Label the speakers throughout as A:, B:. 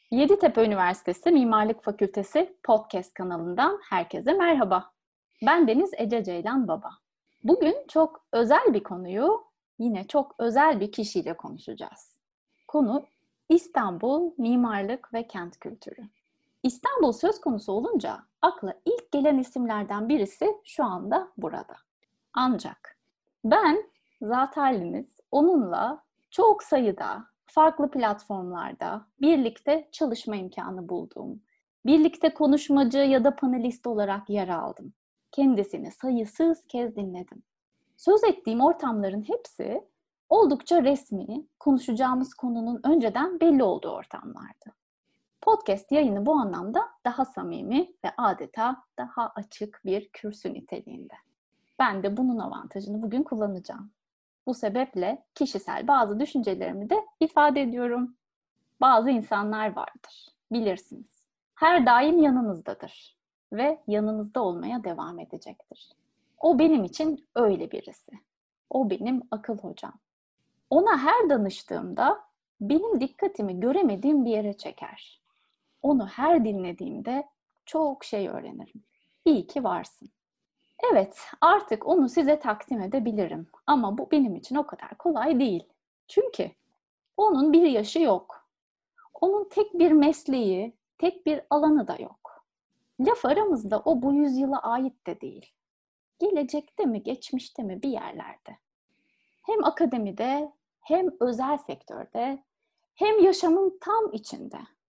A: Yeditepe Üniversitesi Mimarlık Fakültesi Podcast kanalından herkese merhaba. Ben Deniz Ece Ceylan Baba. Bugün çok özel bir konuyu yine çok özel bir kişiyle konuşacağız. Konu İstanbul mimarlık ve kent kültürü. İstanbul söz konusu olunca akla ilk gelen isimlerden birisi şu anda burada. Ancak ben zaten onunla çok sayıda farklı platformlarda birlikte çalışma imkanı buldum. Birlikte konuşmacı ya da panelist olarak yer aldım. Kendisini sayısız kez dinledim. Söz ettiğim ortamların hepsi oldukça resmi, konuşacağımız konunun önceden belli olduğu ortamlardı. Podcast yayını bu anlamda daha samimi ve adeta daha açık bir kürsü niteliğinde. Ben de bunun avantajını bugün kullanacağım. Bu sebeple kişisel bazı düşüncelerimi de ifade ediyorum. Bazı insanlar vardır, bilirsiniz. Her daim yanınızdadır ve yanınızda olmaya devam edecektir. O benim için öyle birisi. O benim akıl hocam. Ona her danıştığımda benim dikkatimi göremediğim bir yere çeker. Onu her dinlediğimde çok şey öğrenirim. İyi ki varsın. Evet, artık onu size takdim edebilirim. Ama bu benim için o kadar kolay değil. Çünkü onun bir yaşı yok. Onun tek bir mesleği, tek bir alanı da yok. Laf aramızda o bu yüzyıla ait de değil. Gelecekte mi, geçmişte mi bir yerlerde. Hem akademide, hem özel sektörde, hem yaşamın tam içinde.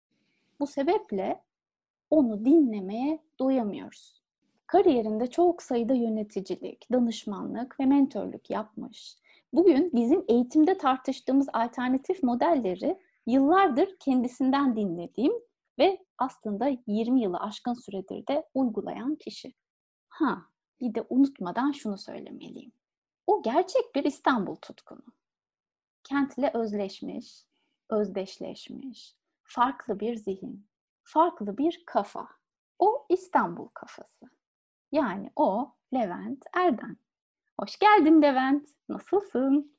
A: Bu sebeple onu dinlemeye doyamıyoruz. Kariyerinde çok sayıda yöneticilik, danışmanlık ve mentörlük yapmış. Bugün bizim eğitimde tartıştığımız alternatif modelleri yıllardır kendisinden dinlediğim ve aslında 20 yılı aşkın süredir de uygulayan kişi. Bir de unutmadan şunu söylemeliyim. O gerçek bir İstanbul tutkunu. Kentle özleşmiş, özdeşleşmiş, farklı bir zihin, farklı bir kafa. O İstanbul kafası. Yani o Levent Erden. Hoş geldin Levent. Nasılsın?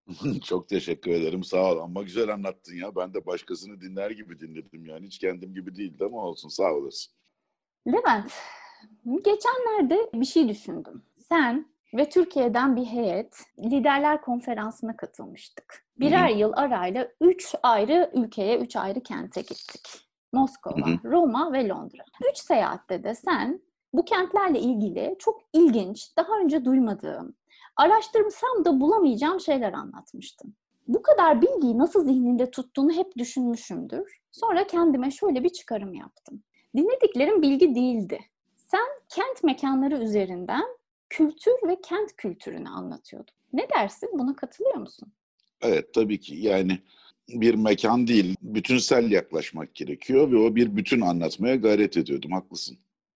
B: Çok teşekkür ederim. Sağ ol. Ama güzel anlattın ya. Ben de başkasını dinler gibi dinledim yani. Hiç kendim gibi değildi ama olsun. Sağ olasın.
A: Levent, geçenlerde bir şey düşündüm. Sen ve Türkiye'den bir heyet liderler konferansına katılmıştık. Birer yıl arayla 3 ayrı ülkeye, 3 ayrı kente gittik. Moskova, Roma ve Londra. 3 seyahatte de sen bu kentlerle ilgili çok ilginç, daha önce duymadığım, araştırmasam da bulamayacağım şeyler anlatmıştın. Bu kadar bilgiyi nasıl zihninde tuttuğunu hep düşünmüşümdür. Sonra kendime şöyle bir çıkarım yaptım. Dinlediklerim bilgi değildi. Sen kent mekanları üzerinden kültür ve kent kültürünü anlatıyordun. Ne dersin? Buna katılıyor musun?
B: Evet, tabii ki. Yani bir mekan değil, bütünsel yaklaşmak gerekiyor ve o bir bütün anlatmaya gayret ediyordum. Haklısın.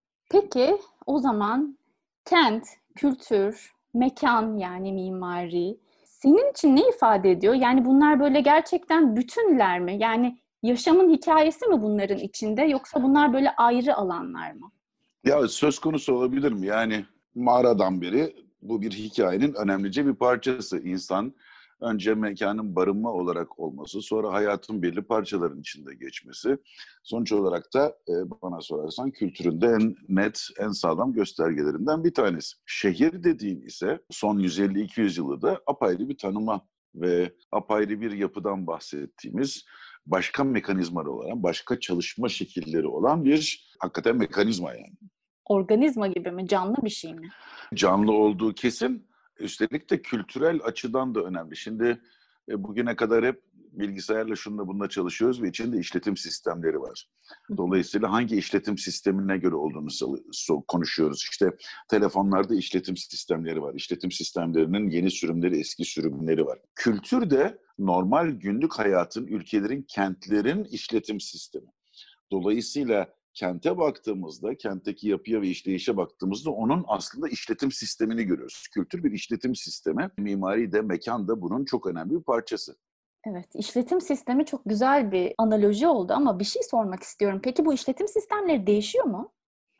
A: Peki o zaman kent, kültür, mekan yani mimari senin için ne ifade ediyor? Yani bunlar böyle gerçekten bütünler mi? Yani yaşamın hikayesi mi bunların içinde yoksa bunlar böyle ayrı alanlar mı?
B: Ya söz konusu olabilir mi? Yani mağaradan beri bu bir hikayenin önemlice bir parçası. İnsan önce mekanın barınma olarak olması, sonra hayatın belli parçaların içinde geçmesi. Sonuç olarak da bana sorarsan kültüründe en net, en sağlam göstergelerinden bir tanesi. Şehir dediğin ise son 150-200 yılı da apayrı bir tanıma ve apayrı bir yapıdan bahsettiğimiz başka mekanizmalar olan, başka çalışma şekilleri olan bir hakikaten mekanizma yani.
A: Organizma gibi mi? Canlı bir şey mi?
B: Canlı olduğu kesin. Üstelik de kültürel açıdan da önemli. Şimdi bugüne kadar hep bilgisayarla şununla bununla çalışıyoruz ve içinde işletim sistemleri var. Dolayısıyla hangi işletim sistemine göre olduğunu konuşuyoruz. İşte telefonlarda işletim sistemleri var. İşletim sistemlerinin yeni sürümleri, eski sürümleri var. Kültür de normal günlük hayatın, ülkelerin, kentlerin işletim sistemi. Dolayısıyla kente baktığımızda, kentteki yapıya ve işleyişe baktığımızda onun aslında işletim sistemini görüyoruz. Kültür bir işletim sistemi, mimari de, mekan da bunun çok önemli bir parçası.
A: Evet, işletim sistemi çok güzel bir analoji oldu ama bir şey sormak istiyorum. Peki bu işletim sistemleri değişiyor mu?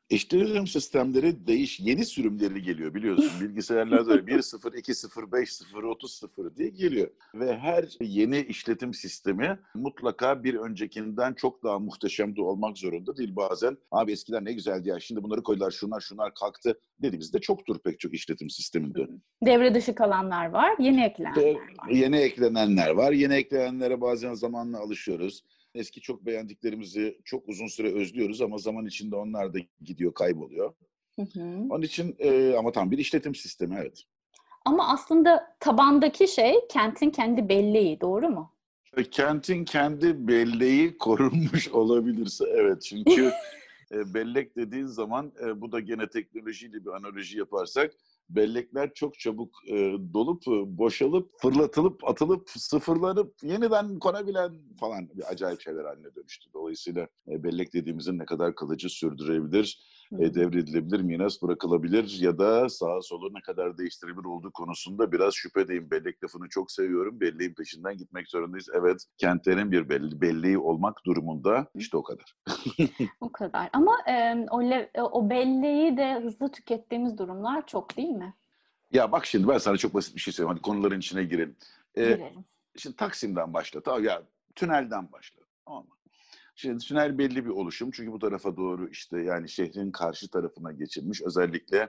B: İşletim sistemleri yeni sürümleri geliyor biliyorsun. Bilgisayarlarda öyle 1.0, 2.0, 5.0, 30.0 diye geliyor. Ve her yeni işletim sistemi mutlaka bir öncekinden çok daha muhteşem de olmak zorunda değil. Bazen abi eskiden ne güzeldi ya şimdi bunları koydular şunlar kalktı dediğimizde çoktur pek çok işletim sisteminde.
A: Devre dışı kalanlar var, yeni eklenenler var.
B: Yeni eklenenler var. Yeni eklenenlere bazen zamanla alışıyoruz. Eski çok beğendiklerimizi çok uzun süre özlüyoruz ama zaman içinde onlar da gidiyor, kayboluyor.
A: Hı hı.
B: Onun için ama tam bir işletim sistemi, evet.
A: Ama aslında tabandaki şey kentin kendi belleği, doğru mu?
B: Kentin kendi belleği korunmuş olabilirse, evet. Çünkü bellek dediğin zaman bu da gene teknolojiyle bir analoji yaparsak bellekler çok çabuk dolup, boşalıp, fırlatılıp, atılıp, sıfırlanıp yeniden konabilen falan bir acayip şeyler haline dönüştü. Dolayısıyla bellek dediğimizin ne kadar kalıcı sürdürebilir, devredilebilir, miras bırakılabilir ya da sağa sola ne kadar değiştirilebilir olduğu konusunda biraz şüphedeyim. Bellek lafını çok seviyorum. Belleğin peşinden gitmek zorundayız. Evet, kentlerin bir belleği olmak durumunda işte o kadar.
A: O kadar. Ama o belleği de hızlı tükettiğimiz durumlar çok değil mi?
B: Ya bak şimdi ben sana çok basit bir şey söyleyeyim. Hadi konuların içine girelim.
A: Girelim.
B: Şimdi Taksim'den başla. Tamam ya tünelden başla. Tamam mı? Şimdi tünel belli bir oluşum. Çünkü bu tarafa doğru işte yani şehrin karşı tarafına geçilmiş. Özellikle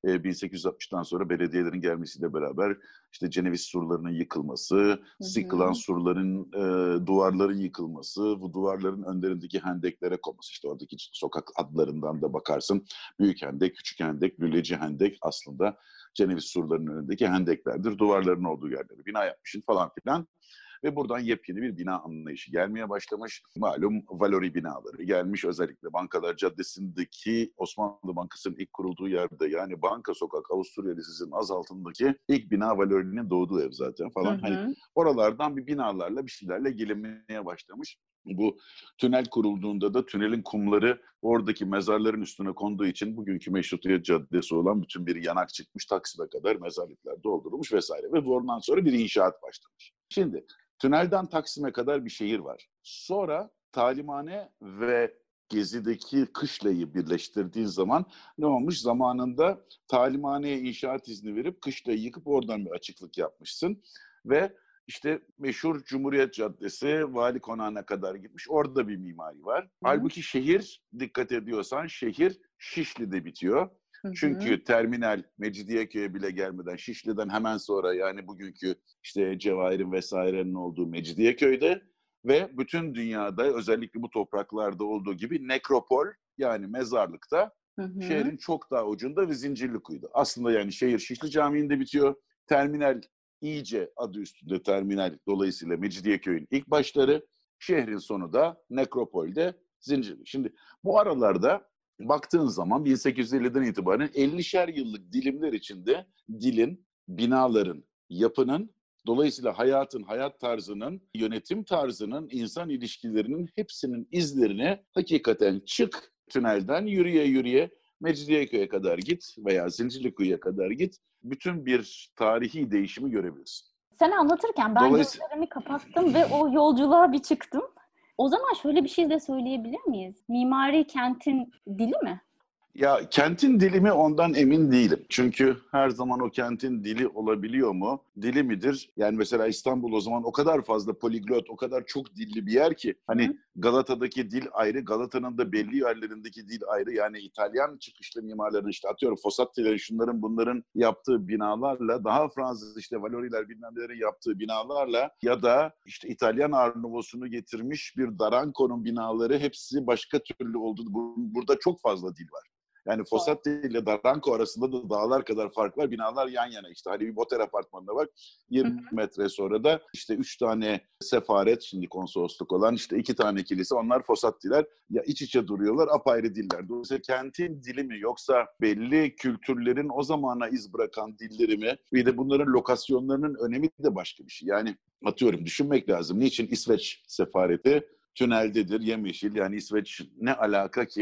B: 1860'tan sonra belediyelerin gelmesiyle beraber işte Ceneviz surlarının yıkılması, sıkılan surların, duvarların yıkılması, bu duvarların önlerindeki hendeklere konması. İşte oradaki sokak adlarından da bakarsın. Büyük hendek, küçük hendek, lüleci hendek aslında Ceneviz surlarının önündeki hendeklerdir. Duvarların olduğu yerleri bina yapmışsın falan filan. Ve buradan yepyeni bir bina anlayışı gelmeye başlamış. Malum Valori binaları gelmiş. Özellikle Bankalar Caddesi'ndeki Osmanlı Bankası'nın ilk kurulduğu yerde yani Banka Sokak Avusturya Lisesi'nin az altındaki ilk bina Valori'nin doğduğu ev zaten falan. Hani oralardan bir binalarla bir şeylerle gelinmeye başlamış. Bu tünel kurulduğunda da tünelin kumları oradaki mezarların üstüne konduğu için bugünkü Meşrutiyet Caddesi olan bütün bir yanak çıkmış Taksim'e kadar mezarlıklar doldurulmuş vesaire. Ve ondan sonra bir inşaat başlamış. Şimdi tünelden Taksim'e kadar bir şehir var. Sonra Talimhane ve Gezi'deki kışlayı birleştirdiğin zaman ne olmuş? Zamanında Talimhane'ye inşaat izni verip kışlayı yıkıp oradan bir açıklık yapmışsın. Ve işte meşhur Cumhuriyet Caddesi Vali Konağı'na kadar gitmiş. Orada bir mimari var. Halbuki şehir, dikkat ediyorsan şehir Şişli'de bitiyor. Çünkü terminal Mecidiyeköy'e bile gelmeden Şişli'den hemen sonra yani bugünkü işte Cevahir'in vesairenin olduğu Mecidiyeköy'de ve bütün dünyada özellikle bu topraklarda olduğu gibi nekropol yani mezarlıkta şehrin çok daha ucunda ve Zincirlikuyu'da. Aslında yani şehir Şişli Camii'nde bitiyor. Terminal iyice adı üstünde terminal dolayısıyla Mecidiyeköy'ün ilk başları, şehrin sonu da nekropolde Zincirlik. Şimdi bu aralarda baktığın zaman 1850'den itibaren 50'şer yıllık dilimler içinde dilin, binaların, yapının, dolayısıyla hayatın, hayat tarzının, yönetim tarzının, insan ilişkilerinin hepsinin izlerini hakikaten çık tünelden yürüye yürüye Mecidiyeköy'e kadar git veya Zincirlikuyu'ya kadar git. Bütün bir tarihi değişimi görebilirsin.
A: Sen anlatırken ben gözlerimi kapattım ve o yolculuğa bir çıktım. O zaman şöyle bir şey de söyleyebilir miyiz? Mimari kentin dili mi?
B: Ya kentin dili mi ondan emin değilim. Çünkü her zaman o kentin dili olabiliyor mu? Dili midir? Yani mesela İstanbul o zaman o kadar fazla poliglot, o kadar çok dilli bir yer ki hani Galata'daki dil ayrı, Galata'nın da belli yerlerindeki dil ayrı. Yani İtalyan çıkışlı mimarların işte atıyorum Fossati'lerin şunların bunların yaptığı binalarla daha Fransız işte Valori'ler bilmem nelerin yaptığı binalarla ya da işte İtalyan Art Nouveau'sunu getirmiş bir Daranco'nun binaları hepsi başka türlü oldu. Burada çok fazla dil var. Yani Fossati ile Daranco arasında da dağlar kadar fark var. Binalar yan yana işte. Hani bir otel apartmanına bak. 20 metre sonra da işte 3 tane sefaret, şimdi konsolosluk olan işte 2 tane kilise. Onlar Fossatiler. Ya iç içe duruyorlar. Apayrı diller. Dolayısıyla kentin dili mi yoksa belli kültürlerin o zamana iz bırakan dilleri mi? Bir de bunların lokasyonlarının önemi de başka bir şey. Yani atıyorum düşünmek lazım. Niçin İsveç sefareti tüneldedir, yemyeşil. Yani İsveç ne alaka ki?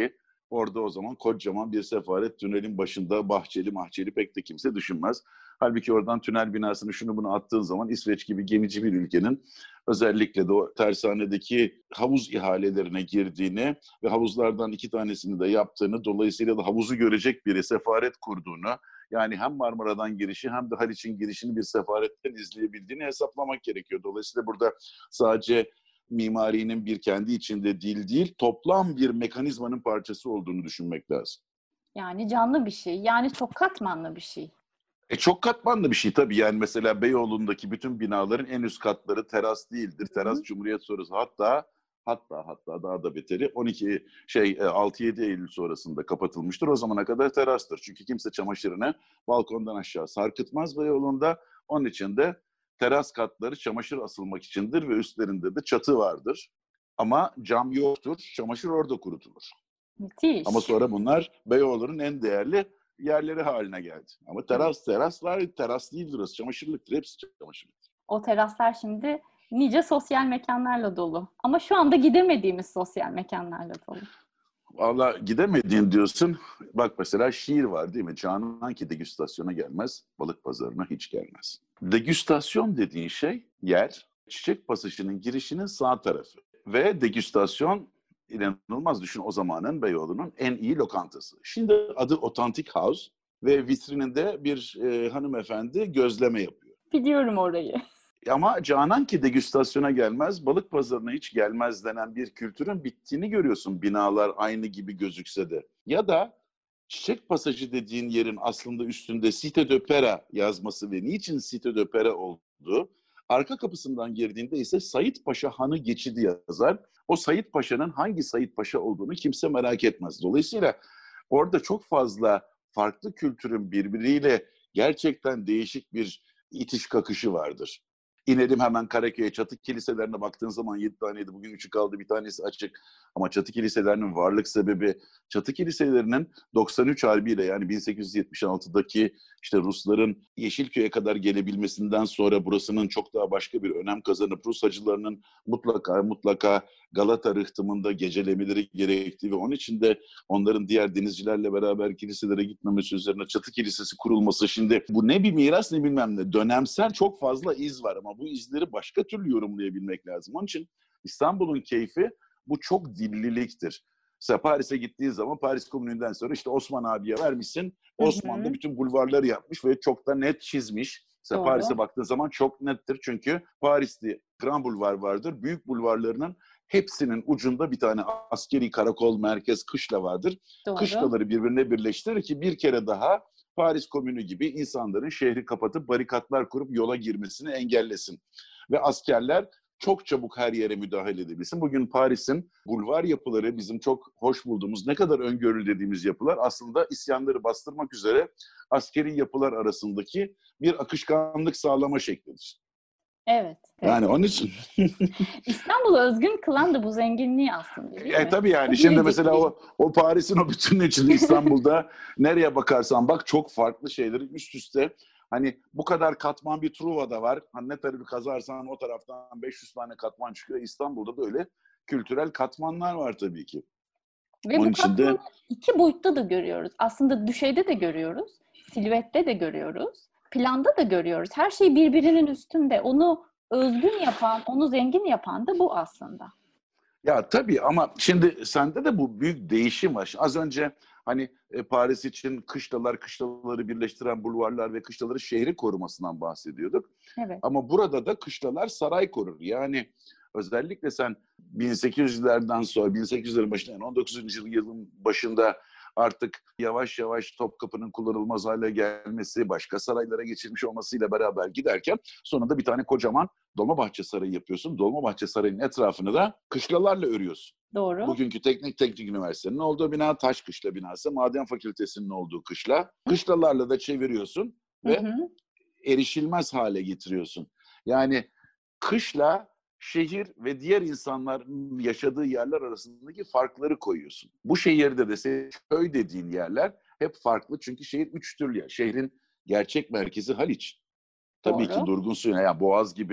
B: Orada o zaman kocaman bir sefaret tünelin başında bahçeli pek de kimse düşünmez. Halbuki oradan tünel binasını şunu bunu attığın zaman İsveç gibi gemici bir ülkenin özellikle de o tersanedeki havuz ihalelerine girdiğini ve havuzlardan 2 tanesini de yaptığını, dolayısıyla da havuzu görecek bir sefaret kurduğunu, yani hem Marmara'dan girişi hem de Haliç'in girişini bir sefaretten izleyebildiğini hesaplamak gerekiyor. Dolayısıyla burada sadece mimarinin bir kendi içinde değil, toplam bir mekanizmanın parçası olduğunu düşünmek lazım.
A: Yani canlı bir şey. Yani çok katmanlı bir şey.
B: Çok katmanlı bir şey tabii. Yani mesela Beyoğlu'ndaki bütün binaların en üst katları teras değildir. Teras
A: Hı-hı.
B: Cumhuriyet sonrası hatta daha da beteri 6-7 Eylül sonrasında kapatılmıştır. O zamana kadar terastır. Çünkü kimse çamaşırını balkondan aşağı sarkıtmaz Beyoğlu'nda. Onun için de teras katları çamaşır asılmak içindir ve üstlerinde de çatı vardır. Ama cam yoktur. Çamaşır orada kurutulur. Ama
A: Müthiş.
B: sonra bunlar Beyoğlu'nun en değerli yerleri haline geldi. Ama
A: Evet.
B: teras değildir orası. Çamaşırlıktır. Hepsi çamaşırlıktır.
A: O teraslar şimdi nice sosyal mekanlarla dolu. Ama şu anda gidemediğimiz sosyal mekanlarla dolu.
B: Valla gidemediğin diyorsun. Bak mesela şiir var değil mi? Canan ki degüstasyona gelmez, balık pazarına hiç gelmez. Degüstasyon dediğin şey yer, Çiçek Pasajı'nın girişinin sağ tarafı. Ve degüstasyon inanılmaz düşün o zamanın Beyoğlu'nun en iyi lokantası. Şimdi adı Authentic House ve vitrininde bir hanımefendi gözleme yapıyor.
A: Biliyorum orayı.
B: Ama Canan ki degüstasyona gelmez, balık pazarına hiç gelmez denen bir kültürün bittiğini görüyorsun. Binalar aynı gibi gözükse de. Ya da Çiçek Pasajı dediğin yerin aslında üstünde Cité de Pera yazması ve niçin Cité de Pera olduğu, arka kapısından girdiğinde ise Sait Paşa Hanı Geçidi yazar. O Sait Paşa'nın hangi Sait Paşa olduğunu kimse merak etmez. Dolayısıyla orada çok fazla farklı kültürün birbiriyle gerçekten değişik bir itiş kakışı vardır. İnelim hemen Karaköy'e. Çatı kiliselerine baktığın zaman 7 taneydi. Bugün 3'ü kaldı. Bir tanesi açık. Ama çatı kiliselerinin varlık sebebi çatı kiliselerinin 93 Harbi'yle yani 1876'daki işte Rusların Yeşilköy'e kadar gelebilmesinden sonra burasının çok daha başka bir önem kazanıp Rus hacılarının mutlaka Galata rıhtımında gecelemeleri gerektiği ve onun için de onların diğer denizcilerle beraber kiliselere gitmemesi üzerine çatı kilisesi kurulması. Şimdi bu ne bir miras ne bilmem ne. Dönemsel çok fazla iz var ama bu izleri başka türlü yorumlayabilmek lazım. Onun için İstanbul'un keyfi bu çok dilliliktir. Mesela Paris'e gittiğin zaman Paris Komünü'nden sonra işte Osman abiye vermişsin. Osman da bütün bulvarları yapmış ve çok da net çizmiş. Mesela
A: Doğru.
B: Paris'e baktığın zaman çok nettir. Çünkü Paris'te Grand Bulvar vardır. Büyük bulvarlarının hepsinin ucunda bir tane askeri karakol, merkez, kışla vardır.
A: Doğru.
B: Kışlaları birbirine birleştirir ki bir kere daha Paris Komünü gibi insanların şehri kapatıp barikatlar kurup yola girmesini engellesin. Ve askerler çok çabuk her yere müdahale edebilsin. Bugün Paris'in bulvar yapıları bizim çok hoş bulduğumuz, ne kadar öngörülü dediğimiz yapılar aslında isyanları bastırmak üzere askeri yapılar arasındaki bir akışkanlık sağlama şeklidir.
A: Evet.
B: Yani onun için.
A: İstanbul'u özgün kılan da bu zenginliği aslında değil mi?
B: Tabii yani
A: Bu
B: şimdi mesela
A: biricikliği.
B: o Paris'in o bütünün içinde İstanbul'da nereye bakarsan bak çok farklı şeyleri üst üste. Hani bu kadar katman bir Truva'da var. Hani ne tarafı kazarsan o taraftan 500 tane katman çıkıyor. İstanbul'da da öyle kültürel katmanlar var tabii ki.
A: Ve
B: Onun
A: bu
B: için de
A: katmanı iki boyutta da görüyoruz. Aslında düşeyde de görüyoruz. Silüette de görüyoruz. Planda da görüyoruz. Her şey birbirinin üstünde. Onu özgün yapan, onu zengin yapan da bu aslında.
B: ya tabii ama şimdi sende de bu büyük değişim var. Az önce hani Paris için kışlaları birleştiren bulvarlar ve kışlaları şehri korumasından bahsediyorduk.
A: Evet.
B: Ama burada da kışlalar saray korur. Yani özellikle sen 1800'lerden sonra 1800'lerin başında yani 19. yılın başında artık yavaş yavaş Topkapı'nın kullanılmaz hale gelmesi, başka saraylara geçilmiş olmasıyla beraber giderken sonunda bir tane kocaman Dolmabahçe Sarayı yapıyorsun. Dolmabahçe Sarayı'nın etrafını da kışlalarla örüyorsun.
A: Doğru.
B: Bugünkü Teknik Üniversitesi'nin olduğu bina Taş Kışla binası, Maden Fakültesi'nin olduğu kışla. Kışlalarla da çeviriyorsun ve erişilmez hale getiriyorsun. Yani kışla şehir ve diğer insanların yaşadığı yerler arasındaki farkları koyuyorsun. Bu şehirde de senin köy dediğin yerler hep farklı çünkü şehir 3 türlü yer. Şehrin gerçek merkezi Haliç. Tabii ki
A: Doğru.
B: durgun suyuna, yani Boğaz gibi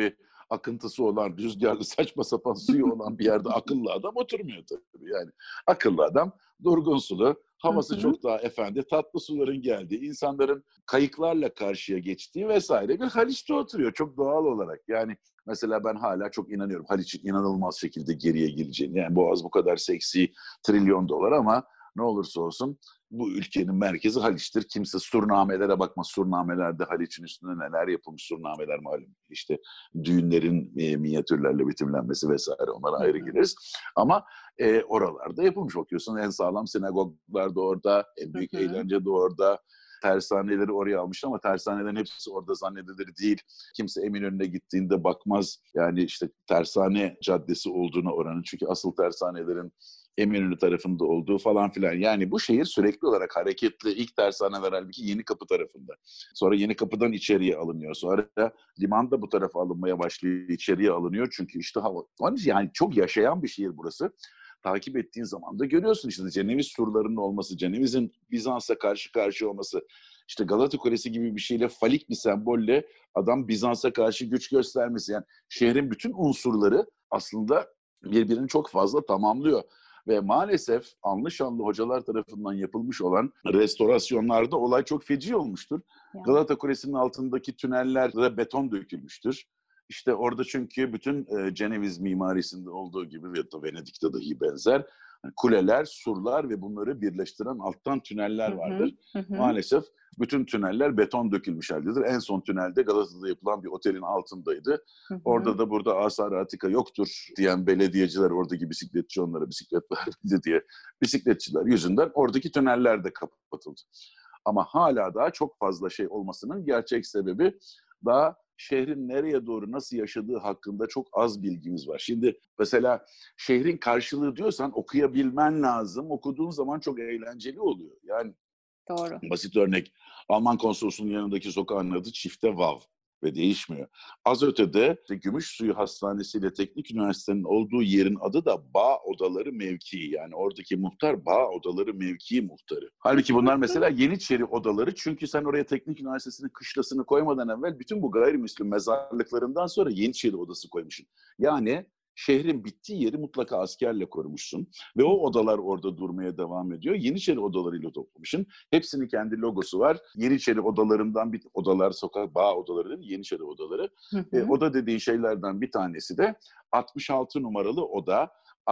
B: akıntısı olan, rüzgarlı, saçma sapan suyu olan bir yerde akıllı adam oturmuyor tabii. Yani akıllı adam durgun sulu,
A: Hı
B: havası
A: hı.
B: çok daha efendi, tatlı suların geldiği, insanların kayıklarla karşıya geçtiği vesaire bir Haliç'te oturuyor çok doğal olarak. Yani mesela ben hala çok inanıyorum Haliç'in inanılmaz şekilde geriye geleceğini. Yani Boğaz bu kadar seksi, trilyon dolar ama ne olursa olsun bu ülkenin merkezi Haliç'tir. Kimse surnamelere bakmaz. Surnamelerde Haliç'in üstünde neler yapılmış surnameler malum. İşte düğünlerin minyatürlerle betimlenmesi vesaire onlara
A: Hı
B: ayrı
A: hı.
B: gireriz. Ama oralarda yapılmış. Bakıyorsun en sağlam sinagoglar da orada, en
A: Hı
B: büyük
A: hı.
B: eğlence de orada. Tersaneleri oraya almış ama tersanelerin hepsi orada zannedilir değil. Kimse Eminönü'ne gittiğinde bakmaz. Yani işte tersane caddesi olduğunu oranın. Çünkü asıl tersanelerin Eminönü tarafında olduğu falan filan. Yani bu şehir sürekli olarak hareketli. İlk tersaneler halbuki Yenikapı tarafında. Sonra Yenikapı'dan içeriye alınıyor. Sonra liman da bu tarafa alınmaya başlıyor. İçeriye alınıyor. Çünkü işte hava. Yani çok yaşayan bir şehir burası. Takip ettiğin zaman da görüyorsun işte Ceneviz surlarının olması, Ceneviz'in Bizans'a karşı karşı olması, işte Galata Kulesi gibi bir şeyle, falik bir sembolle adam Bizans'a karşı güç göstermesi. Yani şehrin bütün unsurları aslında birbirini çok fazla tamamlıyor. Ve maalesef anlı şanlı hocalar tarafından yapılmış olan restorasyonlarda olay çok feci olmuştur.
A: Ya.
B: Galata Kulesi'nin altındaki tünellerde beton dökülmüştür. İşte orada çünkü bütün Ceneviz mimarisinde olduğu gibi ve da Venedik'te dahi benzer kuleler, surlar ve bunları birleştiren alttan tüneller
A: Hı hı.
B: vardır.
A: Hı hı.
B: Maalesef bütün tüneller beton dökülmüş haldedir. En son tünelde Galata'da yapılan bir otelin altındaydı.
A: Hı hı.
B: Orada da burada asar-ı atika yoktur diyen belediyeciler, oradaki bisikletçi onlara bisiklet vermedi diye bisikletçiler yüzünden oradaki tüneller de kapatıldı. Ama hala daha çok fazla şey olmasının gerçek sebebi daha şehrin nereye doğru nasıl yaşadığı hakkında çok az bilgimiz var. Şimdi mesela şehrin karşılığı diyorsan okuyabilmen lazım. Okuduğun zaman çok eğlenceli oluyor. Yani
A: Doğru.
B: basit örnek Alman konsolosunun yanındaki sokağın adı Çifte Vav ve değişmiyor. Az ötede Gümüşsuyu Hastanesi ile Teknik Üniversitenin olduğu yerin adı da Bağ Odaları Mevkii. Yani oradaki muhtar Bağ Odaları Mevkii muhtarı. Halbuki bunlar mesela Yeniçeri odaları çünkü sen oraya Teknik Üniversitesi'nin kışlasını koymadan evvel bütün bu gayrimüslim mezarlıklarından sonra Yeniçeri odası koymuşsun. Yani şehrin bittiği yeri mutlaka askerle korumuşsun ve o odalar orada durmaya devam ediyor. Yeniçeri odalarıyla toplamışsın. Hepsinin kendi logosu var. Yeniçeri odalarından bir odalar, sokak bağ odaları değil mi? Yeniçeri odaları.
A: Hı hı.
B: Oda dediğin şeylerden bir tanesi de 66 numaralı oda.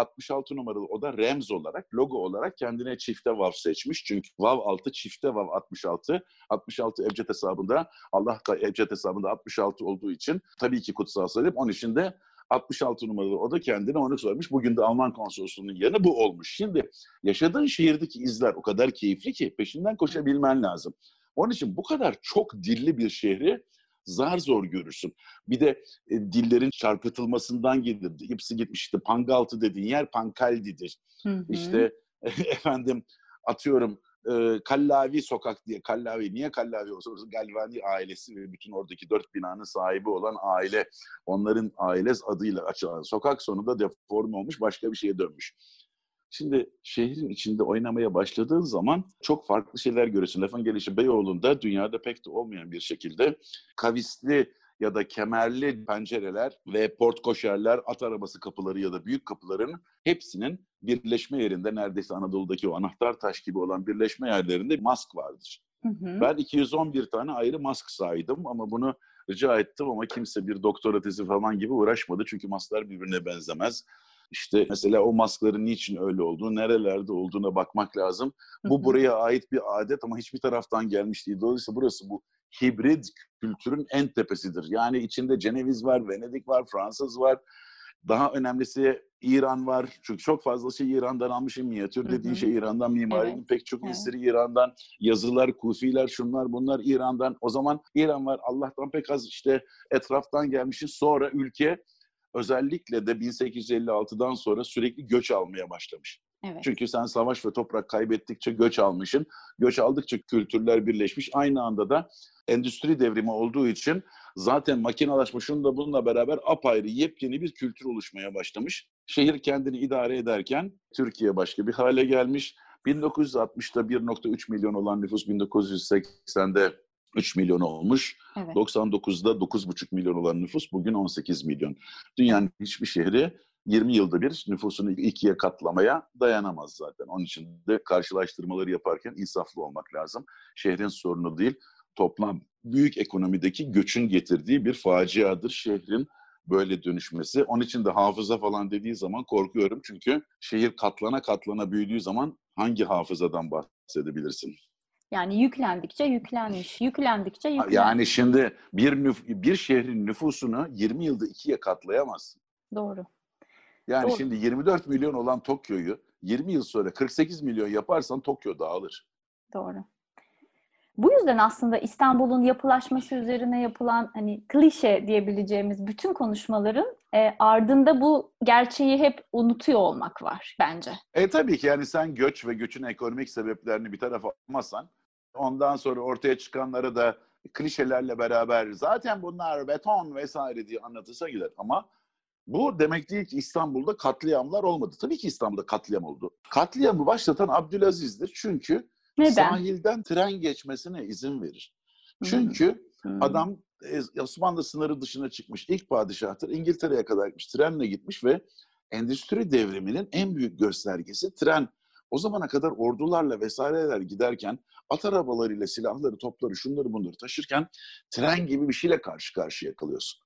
B: 66 numaralı oda remz olarak, logo olarak kendine çifte vav seçmiş. Çünkü vav altı çifte vav 66. 66 ebced hesabında, Allah da ebced hesabında 66 olduğu için tabii ki kutsal sayılır. Onun için de 66 numaralı oda kendine onu sormuş. Bugün de Alman konsolosunun yanı bu olmuş. Şimdi yaşadığın şehirdeki izler o kadar keyifli ki peşinden koşabilmen lazım. Onun için bu kadar çok dilli bir şehri zar zor görürsün. Bir de dillerin çarpıtılmasından gelir. Hepsi gitmiş işte Pangaltı dediğin yer Pankaldi'dir.
A: Hı hı.
B: İşte efendim atıyorum Kallavi Sokak diye. Kallavi niye Kallavi olsa Galvani ailesi ve bütün oradaki 4 binanın sahibi olan aile. Onların ailez adıyla açılan sokak sonunda deforme olmuş başka bir şeye dönmüş. Şimdi şehrin içinde oynamaya başladığın zaman çok farklı şeyler görüyorsun. Lafın gelişi Beyoğlu'nda dünyada pek de olmayan bir şekilde kavisli ya da kemerli pencereler ve portkoşerler, at arabası kapıları ya da büyük kapıların hepsinin birleşme yerinde neredeyse Anadolu'daki o anahtar taş gibi olan birleşme yerlerinde mask vardır.
A: Hı hı.
B: Ben 211 tane ayrı mask saydım ama bunu rica ettim ama kimse bir doktora tezi falan gibi uğraşmadı. Çünkü masklar birbirine benzemez. İşte mesela o maskların niçin öyle olduğu, nerelerde olduğuna bakmak lazım.
A: Hı
B: Bu
A: hı.
B: buraya ait bir adet ama hiçbir taraftan gelmiş değil. Dolayısıyla burası bu hibrit kültürün en tepesidir. Yani içinde Ceneviz var, Venedik var, Fransız var. Daha önemlisi İran var. Çünkü çok fazla şey İran'dan almışım. Minyatür
A: Hı
B: dediğin
A: hı.
B: şey İran'dan,
A: Evet.
B: mimarinin pek çok
A: Evet.
B: eseri İran'dan, yazılar, kufiler, şunlar bunlar İran'dan. O zaman İran var. Allah'tan pek az işte etraftan gelmişiz. Sonra ülke özellikle de 1856'dan sonra sürekli göç almaya başlamış.
A: Evet.
B: Çünkü sen savaş ve toprak kaybettikçe göç almışsın. Göç aldıkça kültürler birleşmiş. Aynı anda da endüstri devrimi olduğu için zaten makinalaşma şununla bununla beraber apayrı yepyeni bir kültür oluşmaya başlamış. Şehir kendini idare ederken Türkiye başka bir hale gelmiş. 1960'da 1,3 milyon olan nüfus 1980'de 3 milyon olmuş.
A: Evet.
B: 99'da 9,5 milyon olan nüfus bugün 18 milyon. Dünyanın hiçbir şehri 20 yılda bir nüfusunu ikiye katlamaya dayanamaz zaten. Onun için de karşılaştırmaları yaparken insaflı olmak lazım. Şehrin sorunu değil, toplam büyük ekonomideki göçün getirdiği bir faciadır şehrin böyle dönüşmesi. Onun için de hafıza falan dediği zaman korkuyorum. Çünkü şehir katlana katlana büyüdüğü zaman hangi hafızadan bahsedebilirsin?
A: Yani yüklendikçe yüklenmiş, yüklendikçe yüklenmiş.
B: Yani şimdi bir şehrin nüfusunu 20 yılda ikiye katlayamazsın.
A: Doğru.
B: Yani
A: Doğru.
B: şimdi 24 milyon olan Tokyo'yu 20 yıl sonra 48 milyon yaparsan Tokyo dağılır.
A: Doğru. Bu yüzden aslında İstanbul'un yapılaşması üzerine yapılan hani klişe diyebileceğimiz bütün konuşmaların ardında bu gerçeği hep unutuyor olmak var bence.
B: Tabii ki yani sen göç ve göçün ekonomik sebeplerini bir tarafa almazsan ondan sonra ortaya çıkanları da klişelerle beraber zaten bunlar beton vesaire diye anlatırsa gider. Ama bu demek değil ki İstanbul'da katliamlar olmadı. Tabii ki İstanbul'da katliam oldu. Katliamı başlatan Abdülaziz'dir. Çünkü
A: Neden?
B: sahilden tren geçmesine izin verir.
A: Hmm.
B: Çünkü adam Osmanlı sınırı dışına çıkmış. İlk padişahtır. İngiltere'ye kadar gitmiş. Trenle gitmiş ve endüstri devriminin en büyük göstergesi tren. O zamana kadar ordularla vesaireler giderken at arabalarıyla silahları, topları, şunları bunları taşırken tren gibi bir şeyle karşı karşıya kalıyorsun.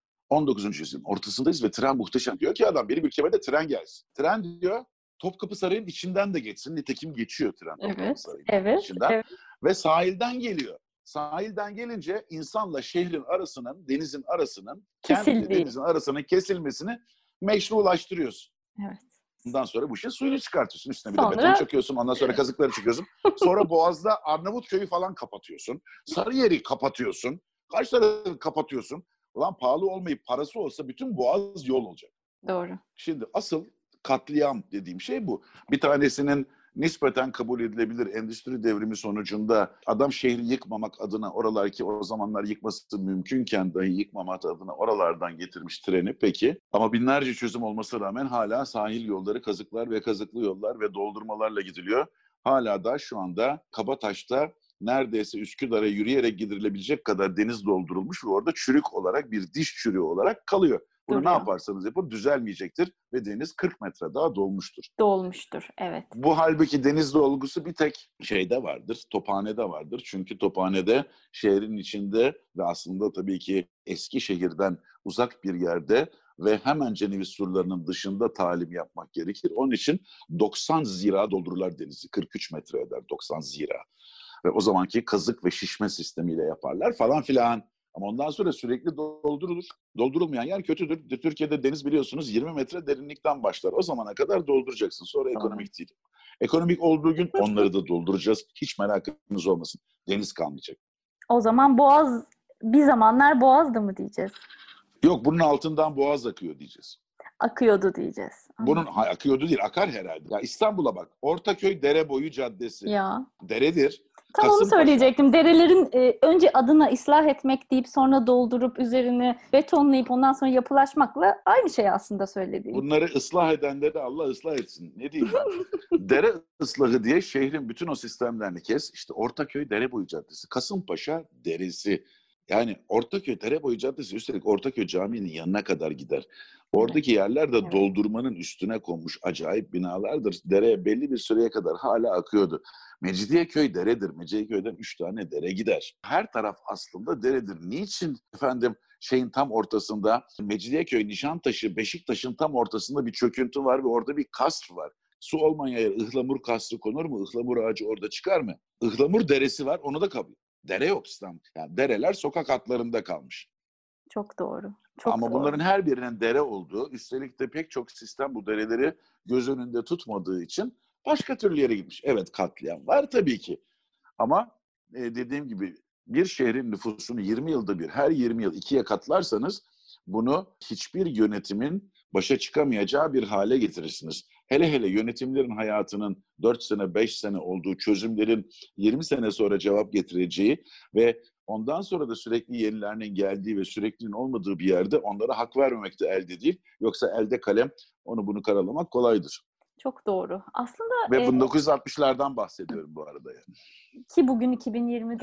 B: 19. yüzyılın ortasındayız ve tren muhteşem. Diyor ki adam benim ülkeme de tren gelsin. Tren diyor Topkapı Sarayı'nın içinden de geçsin. Nitekim geçiyor tren Topkapı
A: Evet,
B: Sarayı'nın
A: evet,
B: içinden.
A: evet.
B: Ve sahilden geliyor. Sahilden gelince insanla şehrin arasının, denizin arasının, kentle
A: Kesildiği.
B: denizin arasının kesilmesini meşrulaştırıyorsun.
A: Evet.
B: Ondan sonra bu işin suyunu çıkartıyorsun. Üstüne bir de beton
A: Sonra
B: çakıyorsun. Ondan sonra kazıkları çıkıyorsun. Sonra Boğaz'da Arnavutköy'ü falan kapatıyorsun. Sarıyer'i kapatıyorsun. Kaç tarafı kapatıyorsun. Ulan pahalı olmayıp parası olsa bütün Boğaz yol olacak.
A: doğru.
B: Şimdi asıl katliam dediğim şey bu. Bir tanesinin nispeten kabul edilebilir endüstri devrimi sonucunda adam şehri yıkmamak adına oralar ki o zamanlar yıkması mümkünken dahi yıkmamak adına oralardan getirmiş treni peki. Ama binlerce çözüm olmasına rağmen hala sahil yolları kazıklar ve kazıklı yollar ve doldurmalarla gidiliyor. Hala da şu anda Kabataş'ta neredeyse Üsküdar'a yürüyerek gidilebilecek kadar deniz doldurulmuş ve orada çürük olarak bir diş çürüğü olarak kalıyor. Bunu ne yaparsanız yapın düzelmeyecektir ve deniz 40 metre daha dolmuştur.
A: Dolmuştur, evet.
B: Bu halbuki deniz dolgusu bir tek şeyde vardır, Tophane'de vardır. Çünkü Tophane'de şehrin içinde ve aslında tabii ki eski şehirden uzak bir yerde ve hemen Ceneviz surlarının dışında talim yapmak gerekir. Onun için 90 zira doldururlar denizi. 43 metre eder 90 zira. Ve o zamanki kazık ve şişme sistemiyle yaparlar falan filan. Ama ondan sonra sürekli doldurulur. Doldurulmayan yer kötüdür. Türkiye'de deniz biliyorsunuz 20 metre derinlikten başlar. O zamana kadar dolduracaksın. Sonra ekonomik değil. Ekonomik olduğu gün onları da dolduracağız. Hiç merakınız olmasın. Deniz kalmayacak.
A: O zaman Boğaz bir zamanlar Boğaz'dı mı diyeceğiz?
B: Yok bunun altından Boğaz akıyor diyeceğiz.
A: Akıyordu diyeceğiz.
B: Bunun akıyordu değil akar herhalde. Ya İstanbul'a bak. Ortaköy Dereboyu Caddesi.
A: Ya.
B: Deredir.
A: Tam onu
B: Kasımpaşa.
A: söyleyecektim. Derelerin önce adına ıslah etmek deyip sonra doldurup üzerine betonlayıp ondan sonra yapılaşmakla aynı şey aslında söylediğim.
B: Bunları ıslah edenleri Allah ıslah etsin. Ne diyeyim ben? Dere ıslahı diye şehrin bütün o sistemlerini kes. İşte Ortaköy Dereboyu Caddesi, Kasımpaşa Deresi. Yani Ortaköy Dereboyu Caddesi üstelik Ortaköy Camii'nin yanına kadar gider. Oradaki yerler de doldurmanın üstüne konmuş acayip binalardır. Dere belli bir süreye kadar hala akıyordu. Mecidiyeköy deredir. Mecidiyeköy'den 3 tane dere gider. Her taraf aslında deredir. Niçin efendim şeyin tam ortasında Mecidiyeköy, Nişantaşı, Beşiktaş'ın tam ortasında bir çöküntü var ve orada bir kasr var. Su olmayan yere ıhlamur kasrı konur mu? Ihlamur ağacı orada çıkar mı? Ihlamur deresi var, onu da kabul. Dere yok İstanbul. Yani dereler sokak hatlarında kalmış.
A: Çok doğru. Çok
B: ama
A: doğru.
B: bunların her birinin dere olduğu, üstelik de pek çok sistem bu dereleri göz önünde tutmadığı için başka türlü yere gitmiş. Evet katliam var tabii ki. Ama dediğim gibi bir şehrin nüfusunu 20 yılda bir, her 20 yıl ikiye katlarsanız bunu hiçbir yönetimin başa çıkamayacağı bir hale getirirsiniz. Hele hele yönetimlerin hayatının 4 sene, 5 sene olduğu çözümlerin 20 sene sonra cevap getireceği ve ondan sonra da sürekli yenilerinin geldiği ve sürekliliğin olmadığı bir yerde onlara hak vermemek de elde değil. Yoksa elde kalem onu bunu karalamak kolaydır.
A: Çok doğru. Aslında
B: Ve 1960'lardan bahsediyorum bu arada yani.
A: ki bugün 2020'deyiz.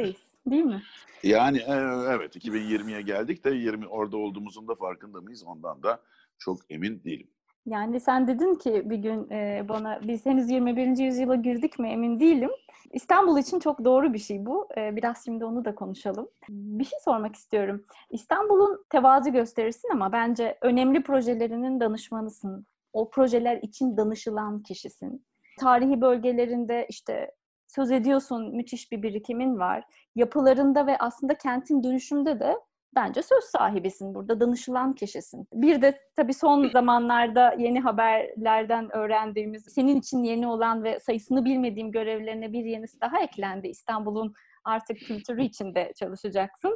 A: Değil mi?
B: Yani evet 2020'ye geldik de orada olduğumuzun da farkında mıyız? Ondan da çok emin değilim.
A: Yani sen dedin ki bir gün bana biz henüz 21. yüzyıla girdik mi emin değilim. İstanbul için çok doğru bir şey bu. Biraz şimdi onu da konuşalım. Bir şey sormak istiyorum. İstanbul'un tevazu gösterirsin ama bence önemli projelerinin danışmanısın. O projeler için danışılan kişisin. Tarihi bölgelerinde işte söz ediyorsun, müthiş bir birikimin var. Yapılarında ve aslında kentin dönüşümde de bence söz sahibisin burada, danışılan kişisin. Bir de tabii son zamanlarda yeni haberlerden öğrendiğimiz, senin için yeni olan ve sayısını bilmediğim görevlerine bir yenisi daha eklendi. İstanbul'un artık kültürü için de çalışacaksın.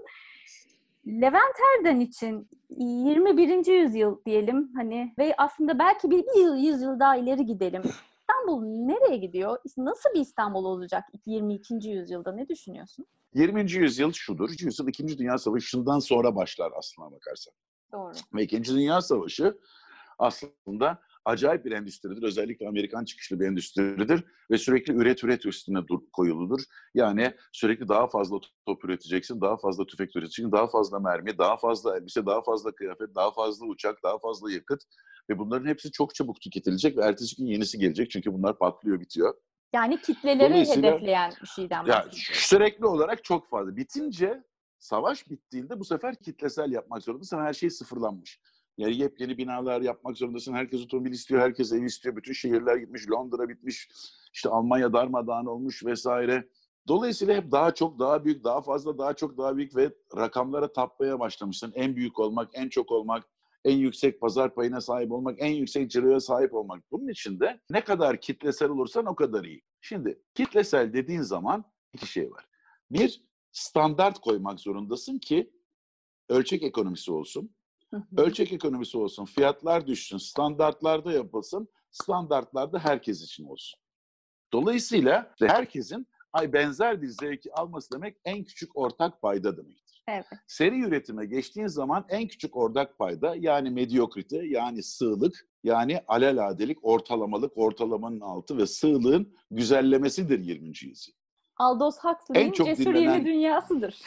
A: Levent Erden için 21. yüzyıl diyelim hani ve aslında belki bir yüzyıl daha ileri gidelim. İstanbul nereye gidiyor? Nasıl bir İstanbul olacak 22. yüzyılda? Ne düşünüyorsun?
B: 20. yüzyıl şudur. 20. yüzyıl 2. Dünya Savaşı'ndan sonra başlar aslına bakarsan.
A: Doğru.
B: Ve 2. Dünya Savaşı aslında acayip bir endüstridir. Özellikle Amerikan çıkışlı bir endüstridir. Ve sürekli üret üstüne koyuludur. Yani sürekli daha fazla top üreteceksin, daha fazla tüfek üreteceksin, daha fazla mermi, daha fazla elbise, daha fazla kıyafet, daha fazla uçak, daha fazla yakıt. Ve bunların hepsi çok çabuk tüketilecek ve ertesi gün yenisi gelecek. Çünkü bunlar patlıyor, bitiyor.
A: Yani kitleleri hedefleyen bir şeyden bahsediyoruz.
B: Sürekli olarak çok fazla. Bitince, savaş bittiğinde bu sefer kitlesel yapmak zorundasın. Her şey sıfırlanmış. Yani yepyeni binalar yapmak zorundasın. Herkes otomobil istiyor, herkes ev istiyor. Bütün şehirler gitmiş, Londra bitmiş, işte Almanya darmadağın olmuş vesaire. Dolayısıyla hep daha çok, daha büyük, daha fazla, daha çok, daha büyük ve rakamlara tapmaya başlamışsın. En büyük olmak, en çok olmak, en yüksek pazar payına sahip olmak, en yüksek ciroya sahip olmak. Bunun için de ne kadar kitlesel olursan o kadar iyi. Şimdi kitlesel dediğin zaman iki şey var. Bir, standart koymak zorundasın ki ölçek ekonomisi olsun. Ölçek ekonomisi olsun, fiyatlar düşsün, standartlarda yapılsın, standartlarda herkes için olsun. Dolayısıyla herkesin benzer bir zevki alması demek en küçük ortak payda demektir.
A: Evet.
B: Seri üretime geçtiğin zaman en küçük ortak payda yani medyokrite, yani sığlık, yani aleladelik, ortalamalık, ortalamanın altı ve sığlığın güzellemesidir 20. yüzyıl.
A: Aldous Huxley'in Cesur Yeni Dünyası'dır.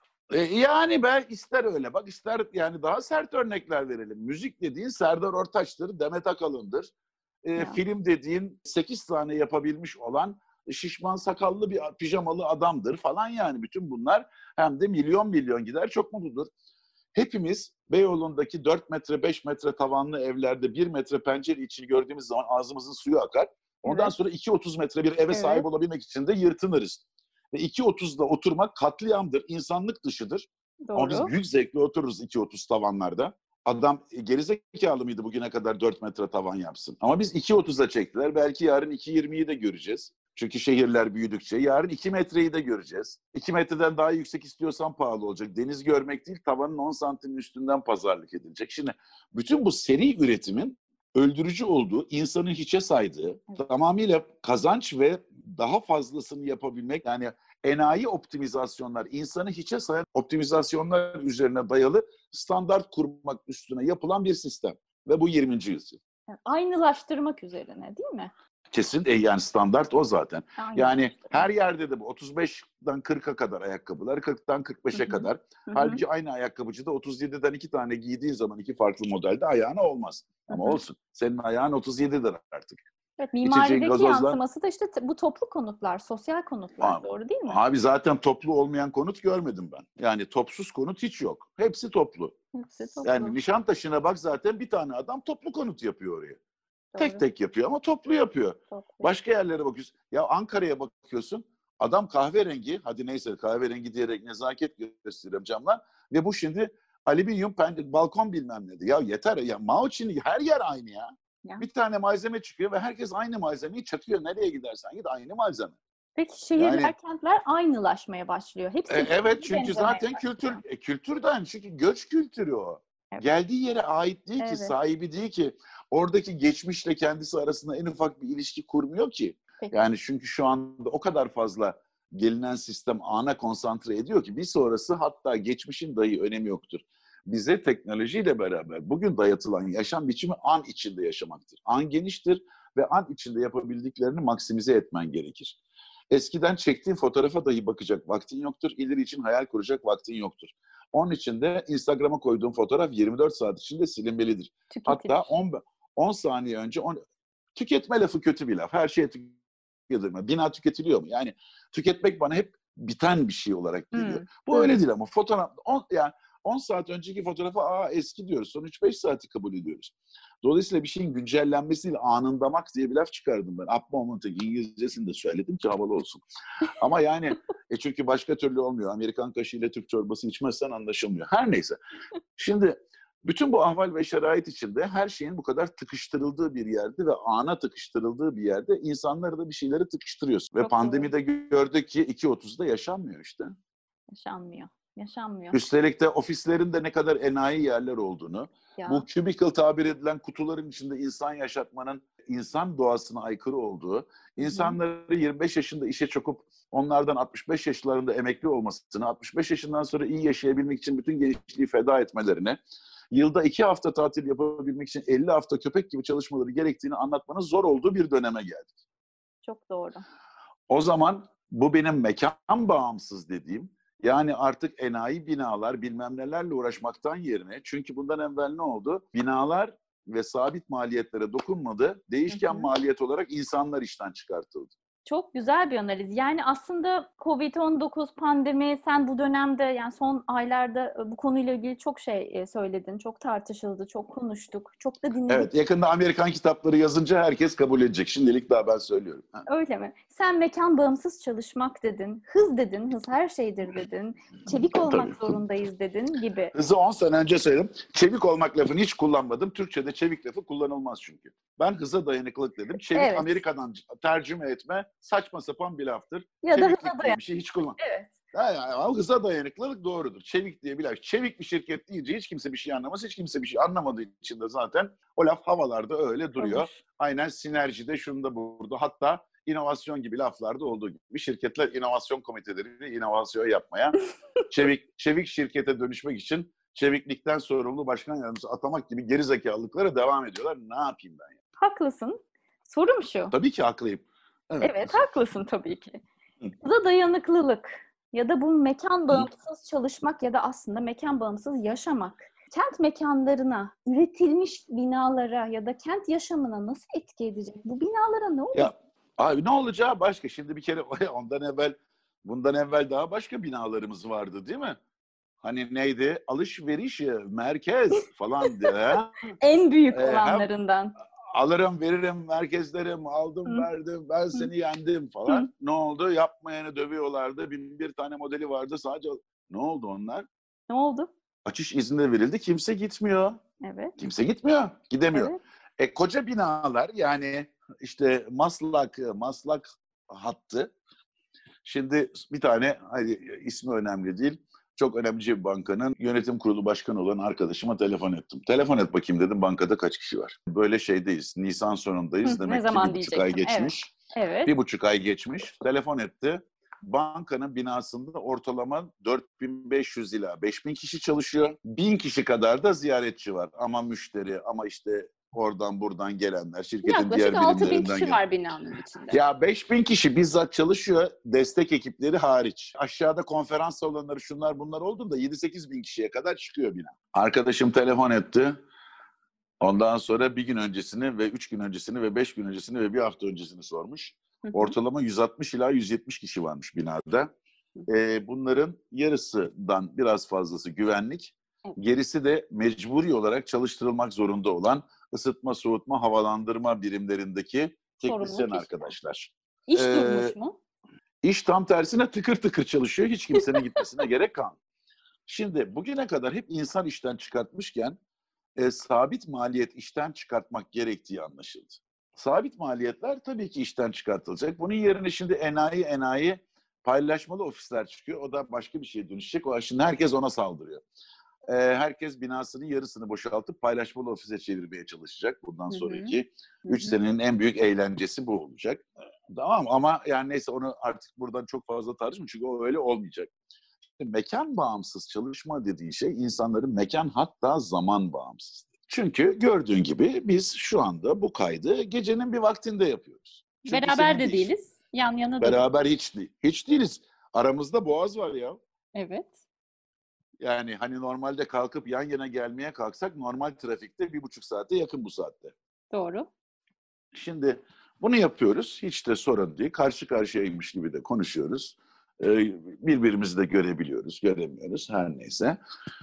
B: Yani ben ister öyle bak ister yani daha sert örnekler verelim. Müzik dediğin Serdar Ortaç'tır, Demet Akalın'dır. Film dediğin 8 tane yapabilmiş olan şişman sakallı bir pijamalı adamdır falan yani. Bütün bunlar hem de milyon milyon gider çok mutludur. Hepimiz Beyoğlu'ndaki 4 metre 5 metre tavanlı evlerde 1 metre pencere içini gördüğümüz zaman ağzımızın suyu akar. Ondan sonra 2,30 metre bir eve sahip olabilmek için de yırtınırız. Ve 2,30'da oturmak katliamdır, insanlık dışıdır.
A: Doğru.
B: Ama biz büyük zevkle otururuz 2,30 tavanlarda. Adam gerizekalı mıydı bugüne kadar 4 metre tavan yapsın? Ama biz 2,30'a çektiler. Belki yarın 2,20'yi de göreceğiz. Çünkü şehirler büyüdükçe yarın 2 metreyi de göreceğiz. 2 metreden daha yüksek istiyorsan pahalı olacak. Deniz görmek değil, tavanın 10 santimin üstünden pazarlık edilecek. Şimdi bütün bu seri üretimin öldürücü olduğu, insanın hiçe saydığı, tamamıyla kazanç ve daha fazlasını yapabilmek, yani enayi optimizasyonlar, insanı hiçe sayan optimizasyonlar üzerine dayalı standart kurmak üstüne yapılan bir sistem. Ve bu 20. yüzyıl.
A: Aynılaştırmak üzerine değil mi?
B: Kesin yani standart o zaten.
A: Aynen.
B: Yani her yerde de bu 35'den 40'a kadar ayakkabılar, 40'tan 45'e kadar. Halbuki aynı ayakkabıcıda 37'den 2 tane giydiğin zaman 2 farklı modelde ayağına olmaz. Ama olsun. Senin ayağın 37'dir artık.
A: Evet, mimarideki yansıması da işte bu toplu konutlar, sosyal konutlar. Doğru değil mi?
B: Abi zaten toplu olmayan konut görmedim ben. Yani topsuz konut hiç yok. Hepsi toplu.
A: Hepsi toplu.
B: Yani Nişantaşı'na bak zaten bir tane adam toplu konut yapıyor oraya.
A: Doğru.
B: Tek tek yapıyor ama toplu yapıyor.
A: Toplu.
B: Başka yerlere bakıyorsun. Ya Ankara'ya bakıyorsun. Adam kahverengi, hadi neyse kahverengi diyerek nezaket gösteriyorum camla. Ve bu şimdi alüminyum balkon bilmem neydi. Ya yeter ya. Mao Çin'i her yer aynı ya. Bir tane malzeme çıkıyor ve herkes aynı malzemeyi çakıyor. Nereye gidersen git aynı malzeme.
A: Peki şehirler, kentler aynılaşmaya başlıyor. Hepsi
B: evet çünkü zaten kültürden çünkü göç kültürü o. Evet. Geldiği yere ait değil ki, sahibi değil ki. Oradaki geçmişle kendisi arasında en ufak bir ilişki kurmuyor ki. Peki. Yani çünkü şu anda o kadar fazla gelinen sistem ana konsantre ediyor ki bir sonrası hatta geçmişin dahi önemi yoktur. Bize teknolojiyle beraber bugün dayatılan yaşam biçimi an içinde yaşamaktır. An geniştir ve an içinde yapabildiklerini maksimize etmen gerekir. Eskiden çektiğin fotoğrafa dahi bakacak vaktin yoktur. İleri için hayal kuracak vaktin yoktur. Onun için de Instagram'a koyduğun fotoğraf 24 saat içinde silinmelidir. Hatta
A: Tüketilir.
B: 10 saniye önce tüketme lafı kötü bir laf. Her şeye tüketilir. Bina tüketiliyor mu? Yani tüketmek bana hep biten bir şey olarak geliyor. Bu öyle değil ama fotoğraf yani 10 saat önceki fotoğrafı eski diyoruz. Son 3-5 saati kabul ediyoruz. Dolayısıyla bir şeyin güncellenmesi değil, anındamak diye bir laf çıkardım ben. Up moment, İngilizcesini de söyledim ki havalı olsun. Ama yani çünkü başka türlü olmuyor. Amerikan kaşığıyla Türk çorbası içmezsen anlaşılmıyor. Her neyse. Şimdi bütün bu ahval ve şerait içinde her şeyin bu kadar tıkıştırıldığı bir yerde ve ana tıkıştırıldığı bir yerde insanları da bir şeyleri tıkıştırıyorsun. Ve
A: Çok
B: pandemide gördük ki 2.30'da yaşanmıyor işte.
A: Yaşanmıyor.
B: Üstelik de ofislerin de ne kadar enayi yerler olduğunu, bu cubicle tabir edilen kutuların içinde insan yaşatmanın insan doğasına aykırı olduğu, insanları 25 yaşında işe sokup onlardan 65 yaşlarında emekli olmasını, 65 yaşından sonra iyi yaşayabilmek için bütün gençliği feda etmelerini, yılda 2 hafta tatil yapabilmek için 50 hafta köpek gibi çalışmaları gerektiğini anlatmanın zor olduğu bir döneme geldik.
A: Çok doğru.
B: O zaman bu benim mekan bağımsız dediğim, yani artık enayi binalar bilmem nelerle uğraşmaktan yerine, çünkü bundan evvel ne oldu? Binalar ve sabit maliyetlere dokunmadı. Değişken maliyet olarak insanlar işten çıkartıldı.
A: Çok güzel bir analiz. Yani aslında Covid-19 pandemi, sen bu dönemde yani son aylarda bu konuyla ilgili çok şey söyledin. Çok tartışıldı, çok konuştuk, çok da dinledik.
B: Evet, yakında Amerikan kitapları yazınca herkes kabul edecek. Şimdilik daha ben söylüyorum.
A: Öyle mi? Sen mekan bağımsız çalışmak dedin, hız dedin, hız her şeydir dedin, çevik olmak zorundayız dedin gibi.
B: Hızı 10 sene önce söyledim. Çevik olmak lafını hiç kullanmadım. Türkçe'de çevik lafı kullanılmaz çünkü. Ben hıza dayanıklılık dedim. Çevik Amerika'dan tercüme etme saçma sapan bir laftır.
A: Ya da
B: Çeviklik diye bir şey hiç kullan.
A: Evet.
B: Yani hıza dayanıklılık doğrudur. Çevik diye bir laf. Çevik bir şirket deyince hiç kimse bir şey anlamaz. Hiç kimse bir şey anlamadığı için de zaten o laf havalarda öyle duruyor.
A: Olur.
B: Aynen sinerjide, şunda burada. Hatta inovasyon gibi laflarda olduğu gibi şirketler inovasyon komiteleriyle inovasyon yapmaya, çevik şirkete dönüşmek için çeviklikten sorumlu başkan yardımcısı atamak gibi gerizekalılıklara devam ediyorlar. Ne yapayım ben ya?
A: Haklısın. Sorum şu.
B: Tabii ki haklıyım.
A: Evet, haklısın tabii ki. Hıza dayanıklılık ya da bu mekan bağımsız çalışmak ya da aslında mekan bağımsız yaşamak, kent mekanlarına, üretilmiş binalara ya da kent yaşamına nasıl etki edecek? Bu binalara ne olur?
B: Ya abi ne olacağı başka. Şimdi bir kere bundan evvel daha başka binalarımız vardı değil mi? Hani neydi? Alışveriş merkez falan diye.
A: En büyük olanlarından.
B: Alırım, veririm, merkezlerim, aldım, verdim, ben seni yendim falan. Ne oldu? Yapmayanı dövüyorlardı. 1001 tane modeli vardı. Sadece ne oldu onlar?
A: Ne oldu?
B: Açış izni verildi. Kimse gitmiyor.
A: Evet.
B: Kimse gitmiyor. Gidemiyor.
A: Evet.
B: Koca binalar, yani işte Maslak hattı. Şimdi bir tane, ismi önemli değil, çok önemli bir bankanın yönetim kurulu başkanı olan arkadaşıma telefon ettim. Telefon et bakayım dedim, bankada kaç kişi var? Böyle şeydeyiz, Nisan sonundayız. Demek ki 1,5 ay geçmiş.
A: Evet.
B: 1,5 ay geçmiş. Telefon etti. Bankanın binasında ortalama 4.500 ila 5.000 kişi çalışıyor. 1.000 kişi kadar da ziyaretçi var. Ama müşteri, ama işte oradan buradan gelenler, şirketin diğer birimlerinden
A: yaklaşık 6.000 kişi var binanın içinde.
B: Ya 5.000 kişi bizzat çalışıyor, destek ekipleri hariç. Aşağıda konferans salonları, şunlar bunlar olduğunda 7-8 bin kişiye kadar çıkıyor bina. Arkadaşım telefon etti. Ondan sonra bir gün öncesini ve 3 gün öncesini ve 5 gün öncesini ve bir hafta öncesini sormuş. Ortalama 160 ila 170 kişi varmış binada. Bunların yarısından biraz fazlası güvenlik. Gerisi de mecburi olarak çalıştırılmak zorunda olan ısıtma, soğutma, havalandırma birimlerindeki teknisyen arkadaşlar.
A: İş durmuş mu?
B: İş tam tersine tıkır tıkır çalışıyor. Hiç kimsenin gitmesine gerek kalmıyor. Şimdi bugüne kadar hep insan işten çıkartmışken sabit maliyet işten çıkartmak gerektiği anlaşıldı. Sabit maliyetler tabii ki işten çıkartılacak. Bunun yerine şimdi enayi paylaşmalı ofisler çıkıyor. O da başka bir şeye dönüşecek. Şimdi herkes ona saldırıyor. Herkes binasının yarısını boşaltıp paylaşmalı ofise çevirmeye çalışacak. Bundan sonraki 3 senenin en büyük eğlencesi bu olacak. Tamam, ama yani neyse, onu artık buradan çok fazla tartışmayalım çünkü o öyle olmayacak. Mekan bağımsız çalışma dediğin şey insanların mekan, hatta zaman bağımsız. Çünkü gördüğün gibi biz şu anda bu kaydı gecenin bir vaktinde yapıyoruz. Çünkü
A: beraber de değiliz. Yan yana da
B: Beraber hiç değiliz. Aramızda boğaz var ya.
A: Evet.
B: Yani hani normalde kalkıp yan yana gelmeye kalksak normal trafikte 1,5 saate yakın bu saatte.
A: Doğru.
B: Şimdi bunu yapıyoruz. Hiç de sorun değil. Karşı karşıyaymış gibi de konuşuyoruz. Birbirimizi de görebiliyoruz, göremiyoruz. Her neyse.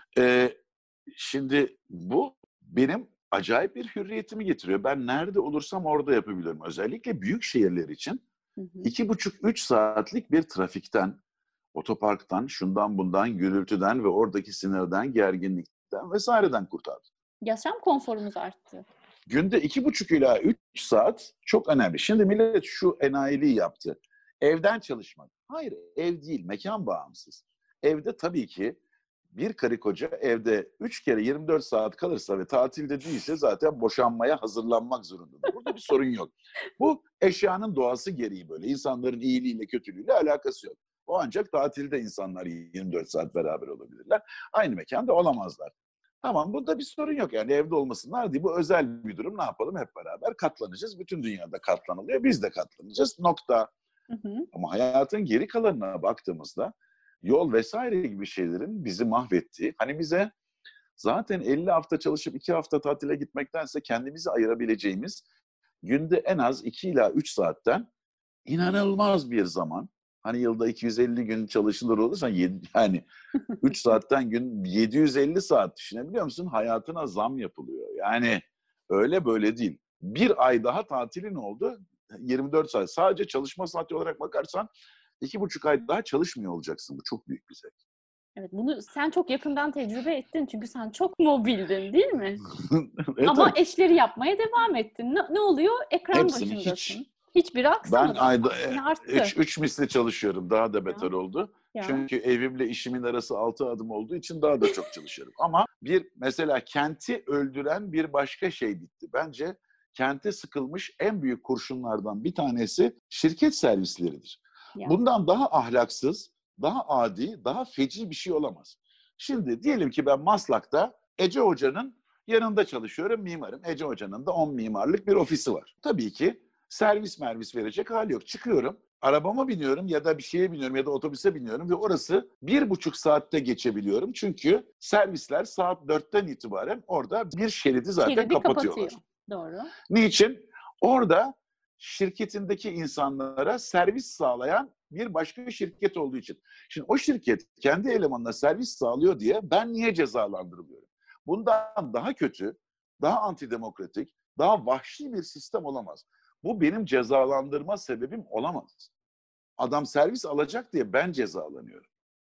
B: Şimdi bu benim acayip bir hürriyetimi getiriyor. Ben nerede olursam orada yapabiliyorum. Özellikle büyük şehirler için
A: Hı hı.
B: 2,5-3 saatlik bir trafikten, otoparktan, şundan bundan, gürültüden ve oradaki sinirden, gerginlikten vesaireden kurtardı.
A: Yaşam konforumuz arttı.
B: Günde 2,5 ila 3 saat çok önemli. Şimdi millet şu enayiliği yaptı. Evden çalışmak. Hayır, ev değil, mekan bağımsız. Evde tabii ki bir karı koca evde 3 kere 24 saat kalırsa ve tatilde değilse zaten boşanmaya hazırlanmak zorundadır. Burada bir sorun yok. Bu eşyanın doğası gereği böyle. İnsanların iyiliğiyle kötülüğüyle alakası yok. O ancak tatilde insanlar 24 saat beraber olabilirler. Aynı mekanda olamazlar. Tamam, bunda bir sorun yok. Yani evde olmasınlar değil. Bu özel bir durum. Ne yapalım? Hep beraber katlanacağız. Bütün dünyada katlanılıyor. Biz de katlanacağız. Nokta.
A: Hı hı.
B: Ama hayatın geri kalanına baktığımızda yol vesaire gibi şeylerin bizi mahvettiği, hani bize zaten 50 hafta çalışıp 2 hafta tatile gitmektense kendimizi ayırabileceğimiz günde en az 2 ila 3 saatten inanılmaz bir zaman. Hani yılda 250 gün çalışılır olursa yani 3 saatten gün 750 saat düşünebiliyor musun? Hayatına zam yapılıyor. Yani öyle böyle değil. Bir ay daha tatilin oldu. 24 saat. Sadece çalışma saati olarak bakarsan 2,5 ay daha çalışmıyor olacaksın. Bu çok büyük bir zevk.
A: Evet, bunu sen çok yakından tecrübe ettin çünkü sen çok mobildin, değil mi?
B: Evet,
A: Ama
B: evet.
A: eşleri yapmaya devam ettin. Ne oluyor? Ekran
B: Hepsini
A: başındasın. Hiçbiri
B: ben
A: aksamadı ama
B: ayda
A: yine arttı.
B: 3 misli çalışıyorum. Daha da beter
A: Ya,
B: oldu.
A: ya.
B: Çünkü evimle işimin arası 6 adım olduğu için daha da çok çalışıyorum. Ama bir mesela kenti öldüren bir başka şey bitti. Bence kente sıkılmış en büyük kurşunlardan bir tanesi şirket servisleridir.
A: Ya.
B: Bundan daha ahlaksız, daha adi, daha feci bir şey olamaz. Şimdi diyelim ki ben Maslak'ta Ece Hoca'nın yanında çalışıyorum, mimarım. Ece Hoca'nın da 10 mimarlık bir ofisi var. Tabii ki servis verecek hali yok. Çıkıyorum, arabama biniyorum ya da bir şeye biniyorum ya da otobüse biniyorum ve orası 1,5 saatte geçebiliyorum. Çünkü servisler saat 4'ten itibaren orada bir şeridi zaten
A: Şeridi
B: kapatıyorlar.
A: kapatıyor. Doğru.
B: Niçin? Orada şirketindeki insanlara servis sağlayan bir başka şirket olduğu için. Şimdi o şirket kendi elemanına servis sağlıyor diye ben niye cezalandırılıyorum? Bundan daha kötü, daha antidemokratik, daha vahşi bir sistem olamaz. Bu benim cezalandırma sebebim olamaz. Adam servis alacak diye ben cezalanıyorum.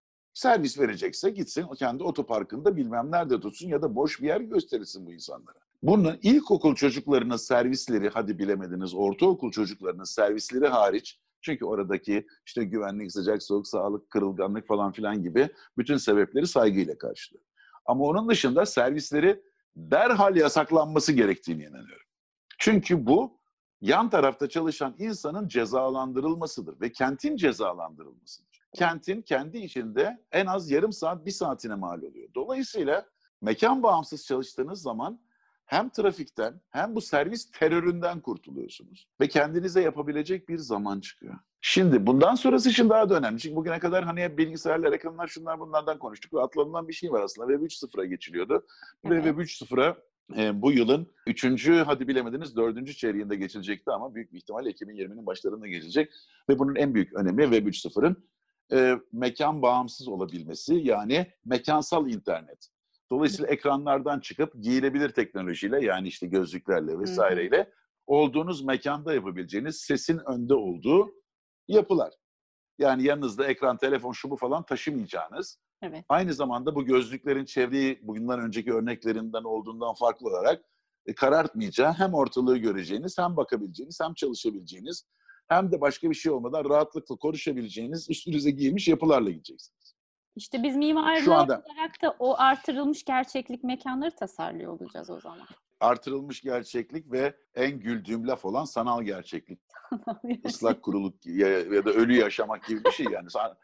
B: Servis verecekse gitsin o kendi otoparkında bilmem nerede tutsun ya da boş bir yer gösterirsin bu insanlara. Bunun ilkokul çocuklarının servisleri, hadi bilemediniz ortaokul çocuklarının servisleri hariç, çünkü oradaki işte güvenlik, sıcak, soğuk, sağlık, kırılganlık falan filan gibi bütün sebepleri saygıyla karşılıyor. Ama onun dışında servisleri derhal yasaklanması gerektiğini inanıyorum. Çünkü bu yan tarafta çalışan insanın cezalandırılmasıdır ve kentin cezalandırılmasıdır. Kentin kendi içinde en az yarım saat, bir saatine mal oluyor. Dolayısıyla mekan bağımsız çalıştığınız zaman hem trafikten hem bu servis teröründen kurtuluyorsunuz. Ve kendinize yapabilecek bir zaman çıkıyor. Şimdi bundan sonrası için daha da önemli. Çünkü bugüne kadar hani hep bilgisayarlar, ekranlar, şunlar bunlardan konuştuk ve atlanılan bir şey var aslında. Web 3.0'a geçiliyordu. Ve
A: Evet.
B: Web 3.0'a bu yılın 3. hadi bilemediniz 4. çeyreğinde geçilecekti ama büyük bir ihtimalle 2020'nin başlarında geçecek. Ve bunun en büyük önemi Web 3.0'ın mekan bağımsız olabilmesi, yani mekansal internet. Dolayısıyla ekranlardan çıkıp giyilebilir teknolojiyle, yani işte gözlüklerle vesaireyle olduğunuz mekanda yapabileceğiniz, sesin önde olduğu yapılar. Yani yanınızda ekran, telefon, şu bu falan taşımayacağınız,
A: Evet.
B: aynı zamanda bu gözlüklerin çevreyi bundan önceki örneklerinden olduğundan farklı olarak karartmayacağı, hem ortalığı göreceğiniz, hem bakabileceğiniz, hem çalışabileceğiniz, hem de başka bir şey olmadan rahatlıkla konuşabileceğiniz üstünüze giyilmiş yapılarla gideceksiniz.
A: İşte biz
B: Şu
A: mimarlar
B: anda
A: olarak da o artırılmış gerçeklik mekanları tasarlıyor olacağız o zaman.
B: artırılmış gerçeklik ve en güldüğüm laf olan sanal gerçeklik. Islak kuruluk ya da ölü yaşamak gibi bir şey yani.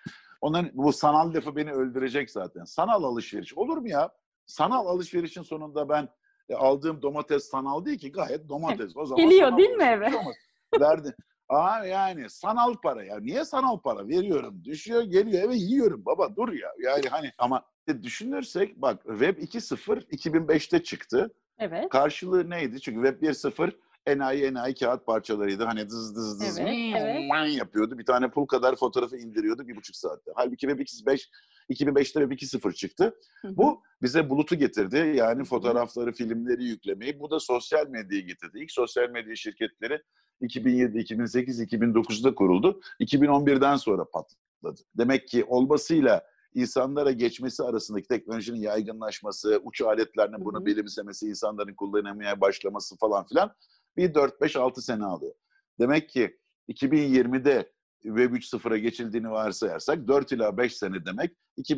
B: Bu sanal lafı beni öldürecek zaten. Sanal alışveriş olur mu ya? Sanal alışverişin sonunda ben aldığım domates sanal değil ki, gayet domates. O zaman
A: Geliyor
B: sanal
A: değil mi
B: alışveriş
A: eve?
B: olmaz. Verdi. Yani sanal para ya. Niye sanal para? Veriyorum, düşüyor, geliyor eve yiyorum. Baba dur ya. Yani hani ama düşünürsek bak Web 2.0 2005'te çıktı.
A: Evet.
B: Karşılığı neydi? Çünkü Web 1.0 enayi kağıt parçalarıydı. Hani dız dız dız
A: Evet.
B: yapıyordu. Bir tane pul kadar fotoğrafı indiriyordu 1,5 saatte. Halbuki Web 2005'te Web 2.0 çıktı.
A: Hı hı.
B: Bu bize bulutu getirdi. Yani
A: Hı.
B: fotoğrafları, filmleri yüklemeyi. Bu da sosyal medyayı getirdi. İlk sosyal medya şirketleri 2007, 2008, 2009'da kuruldu. 2011'den sonra patladı. Demek ki olmasıyla insanlara geçmesi arasındaki teknolojinin yaygınlaşması, uç aletlerinin bunu benimsemesi, insanların kullanmaya başlaması falan filan bir 4-5-6 sene alıyor. Demek ki 2020'de Web 3.0'a geçildiğini varsayarsak 4 ila 5 sene demek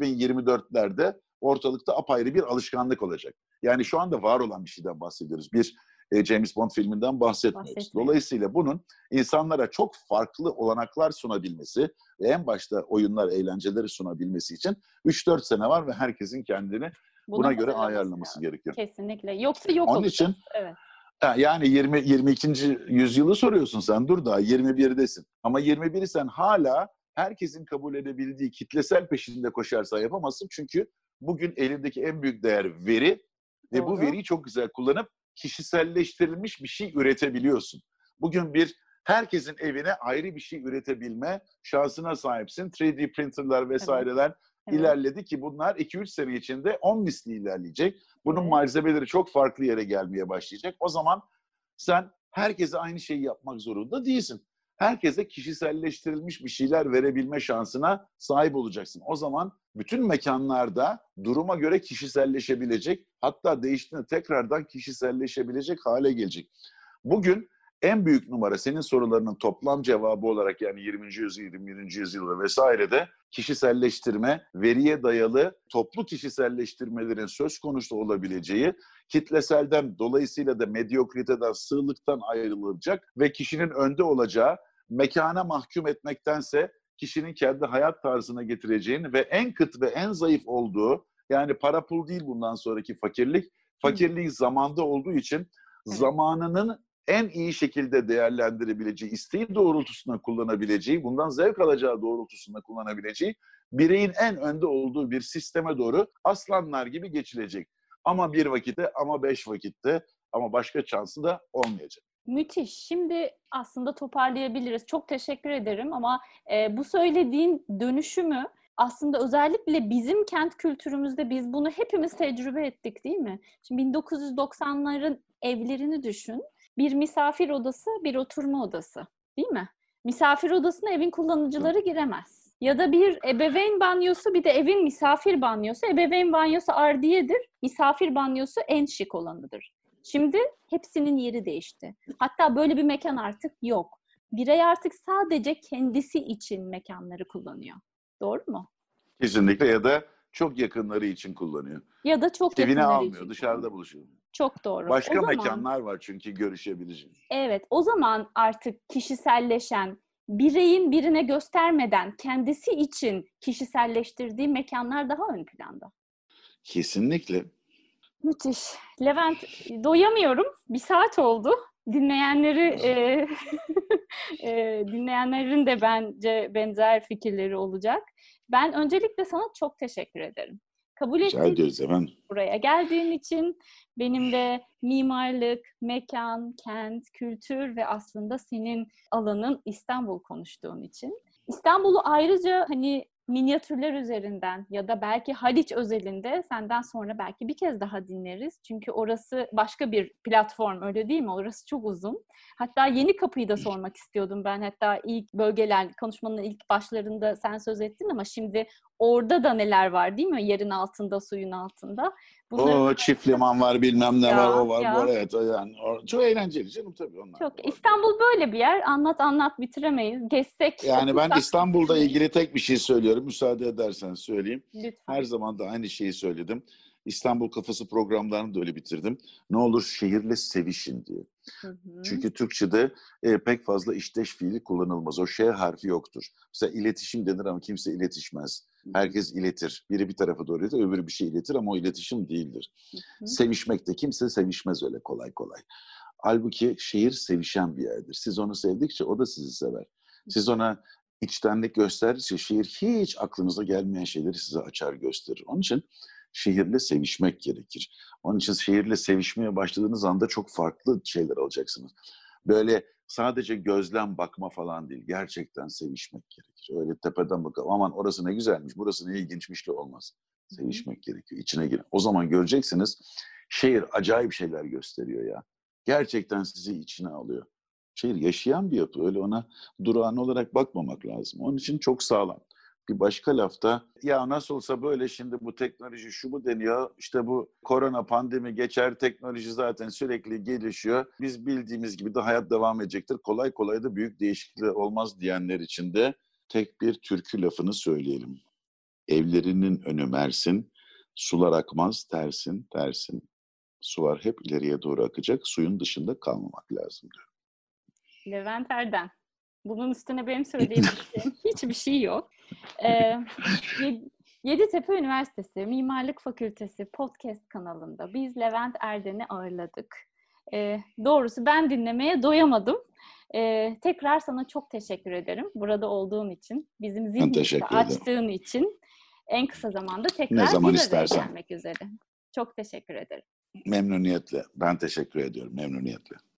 B: 2024'lerde ortalıkta apayrı bir alışkanlık olacak. Yani şu anda var olan bir şeyden bahsediyoruz. Bir James Bond filminden bahsetmiyoruz. Dolayısıyla bunun insanlara çok farklı olanaklar sunabilmesi ve en başta oyunlar, eğlenceleri sunabilmesi için 3-4 sene var ve herkesin kendini buna göre ayarlaması gerekiyor.
A: Kesinlikle. Yoksa yok
B: Onun
A: olacak.
B: için
A: evet.
B: Yani 22. yüzyılı soruyorsun sen. Dur daha 21'desin. Ama 21'i sen hala herkesin kabul edebildiği kitlesel peşinde koşarsan yapamazsın. Çünkü bugün elindeki en büyük değer veri ve bu veriyi çok güzel kullanıp kişiselleştirilmiş bir şey üretebiliyorsun. Bugün herkesin evine ayrı bir şey üretebilme şansına sahipsin. 3D printerlar vesaireler ilerledi ki bunlar 2-3 sene içinde 10 misli ilerleyecek. Bunun malzemeleri çok farklı yere gelmeye başlayacak. O zaman sen herkese aynı şeyi yapmak zorunda değilsin. Herkese kişiselleştirilmiş bir şeyler verebilme şansına sahip olacaksın. O zaman bütün mekanlarda duruma göre kişiselleşebilecek, hatta değiştiğinde tekrardan kişiselleşebilecek hale gelecek. Bugün en büyük numara senin sorularının toplam cevabı olarak yani 20. yüzyıl, 21. yüzyılda vesairede kişiselleştirme, veriye dayalı toplu kişiselleştirmelerin söz konusu olabileceği, kitleselden dolayısıyla da medyokriteden, sığlıktan ayrılacak ve kişinin önde olacağı, mekana mahkum etmektense kişinin kendi hayat tarzına getireceğini ve en kıt ve en zayıf olduğu, yani para pul değil bundan sonraki fakirlik, fakirlik zamanda olduğu için zamanının en iyi şekilde değerlendirebileceği, isteği doğrultusunda kullanabileceği, bundan zevk alacağı doğrultusunda kullanabileceği, bireyin en önde olduğu bir sisteme doğru aslanlar gibi geçilecek. Ama bir vakitte, ama 5 vakitte, ama başka şansı da olmayacak.
A: Müthiş. Şimdi aslında toparlayabiliriz. Çok teşekkür ederim ama bu söylediğin dönüşümü aslında özellikle bizim kent kültürümüzde biz bunu hepimiz tecrübe ettik değil mi? Şimdi 1990'ların evlerini düşün. Bir misafir odası, bir oturma odası değil mi? Misafir odasına evin kullanıcıları giremez. Ya da bir ebeveyn banyosu, bir de evin misafir banyosu. Ebeveyn banyosu ardiyedir, misafir banyosu en şık olanıdır. Şimdi hepsinin yeri değişti. Hatta böyle bir mekan artık yok. Birey artık sadece kendisi için mekanları kullanıyor. Doğru mu?
B: Kesinlikle, ya da çok yakınları için kullanıyor.
A: Ya da çok
B: Evine
A: yakınları
B: almıyor,
A: için
B: dışarıda
A: kullanıyor.
B: buluşuyor.
A: Çok doğru.
B: Başka
A: O zaman,
B: mekanlar var çünkü görüşebileceğin.
A: evet, o zaman artık kişiselleşen, bireyin birine göstermeden kendisi için kişiselleştirdiği mekanlar daha ön planda.
B: Kesinlikle.
A: Müthiş. Levent, doyamıyorum. 1 saat oldu. Dinleyenlerin de bence benzer fikirleri olacak. Ben öncelikle sana çok teşekkür ederim. Kabul
B: Rica
A: ettiğin
B: ediyoruz efendim.
A: buraya geldiğin için, benimle mimarlık, mekan, kent, kültür ve aslında senin alanın İstanbul konuştuğun için. İstanbul'u ayrıca hani minyatürler üzerinden ya da belki Haliç özelinde senden sonra belki bir kez daha dinleriz. Çünkü orası başka bir platform, öyle değil mi? Orası çok uzun. Hatta Yenikapı'yı da sormak istiyordum ben. Hatta ilk bölgeler, konuşmanın ilk başlarında sen söz ettin ama şimdi orada da neler var değil mi? Yerin altında, suyun altında.
B: O çift liman var, bilmem ne var, o var, bu var.
A: Ya.
B: Evet, yani çok eğlenceli canım tabii onlar.
A: Çok. İstanbul böyle bir yer. Anlat bitiremeyiz. Gezsek,
B: Yani ben
A: otursak
B: İstanbul'da
A: bitiremeyiz.
B: ilgili tek bir şey söylüyorum. Müsaade edersen söyleyeyim.
A: Lütfen.
B: Her zaman da aynı şeyi söyledim. İstanbul Kafası programlarını da öyle bitirdim. Ne olur şehirle sevişin diye. Çünkü Türkçe'de pek fazla işteş fiili kullanılmaz. O ş harfi yoktur. Mesela iletişim denir ama kimse iletişmez. Herkes iletir. Biri bir tarafa doğru iletir, öbürü bir şey iletir ama o iletişim değildir. Sevişmek de kimse sevişmez öyle kolay kolay. Halbuki şehir sevişen bir yerdir. Siz onu sevdikçe o da sizi sever. Siz ona içtenlik gösterdikçe şehir hiç aklınıza gelmeyen şeyleri size açar gösterir. Onun için şehirle sevişmek gerekir. Onun için şehirle sevişmeye başladığınız anda çok farklı şeyler alacaksınız. Böyle sadece gözlem bakma falan değil. Gerçekten sevişmek gerekir. Öyle tepeden bakalım. Aman orası ne güzelmiş, burası ne ilginçmiş de olmaz. Sevişmek gerekiyor. İçine girin. O zaman göreceksiniz şehir acayip şeyler gösteriyor ya. Gerçekten sizi içine alıyor. Şehir yaşayan bir yapı. Öyle ona durağan olarak bakmamak lazım. Onun için çok sağlam. Bir başka lafta ya nasıl olsa böyle şimdi bu teknoloji şu bu deniyor. İşte bu korona pandemi geçer, teknoloji zaten sürekli gelişiyor. Biz bildiğimiz gibi de hayat devam edecektir. Kolay kolay da büyük değişiklikler olmaz diyenler için de tek bir türkü lafını söyleyelim. Evlerinin önü Mersin, sular akmaz tersin tersin. Sular hep ileriye doğru akacak, suyun dışında kalmamak lazım diyor.
A: Levent Erden. Bunun üstüne benim söyleyebileceğim hiçbir şey yok. Yeditepe Üniversitesi Mimarlık Fakültesi podcast kanalında biz Levent Erden'i ağırladık. Doğrusu ben dinlemeye doyamadım. Tekrar sana çok teşekkür ederim burada olduğun için, bizim zihnimizi açtığın için. En kısa zamanda tekrar
B: ne zaman
A: bir araya
B: istersen
A: gelmek üzere. Çok teşekkür ederim.
B: Memnuniyetle. Ben teşekkür ediyorum. Memnuniyetle.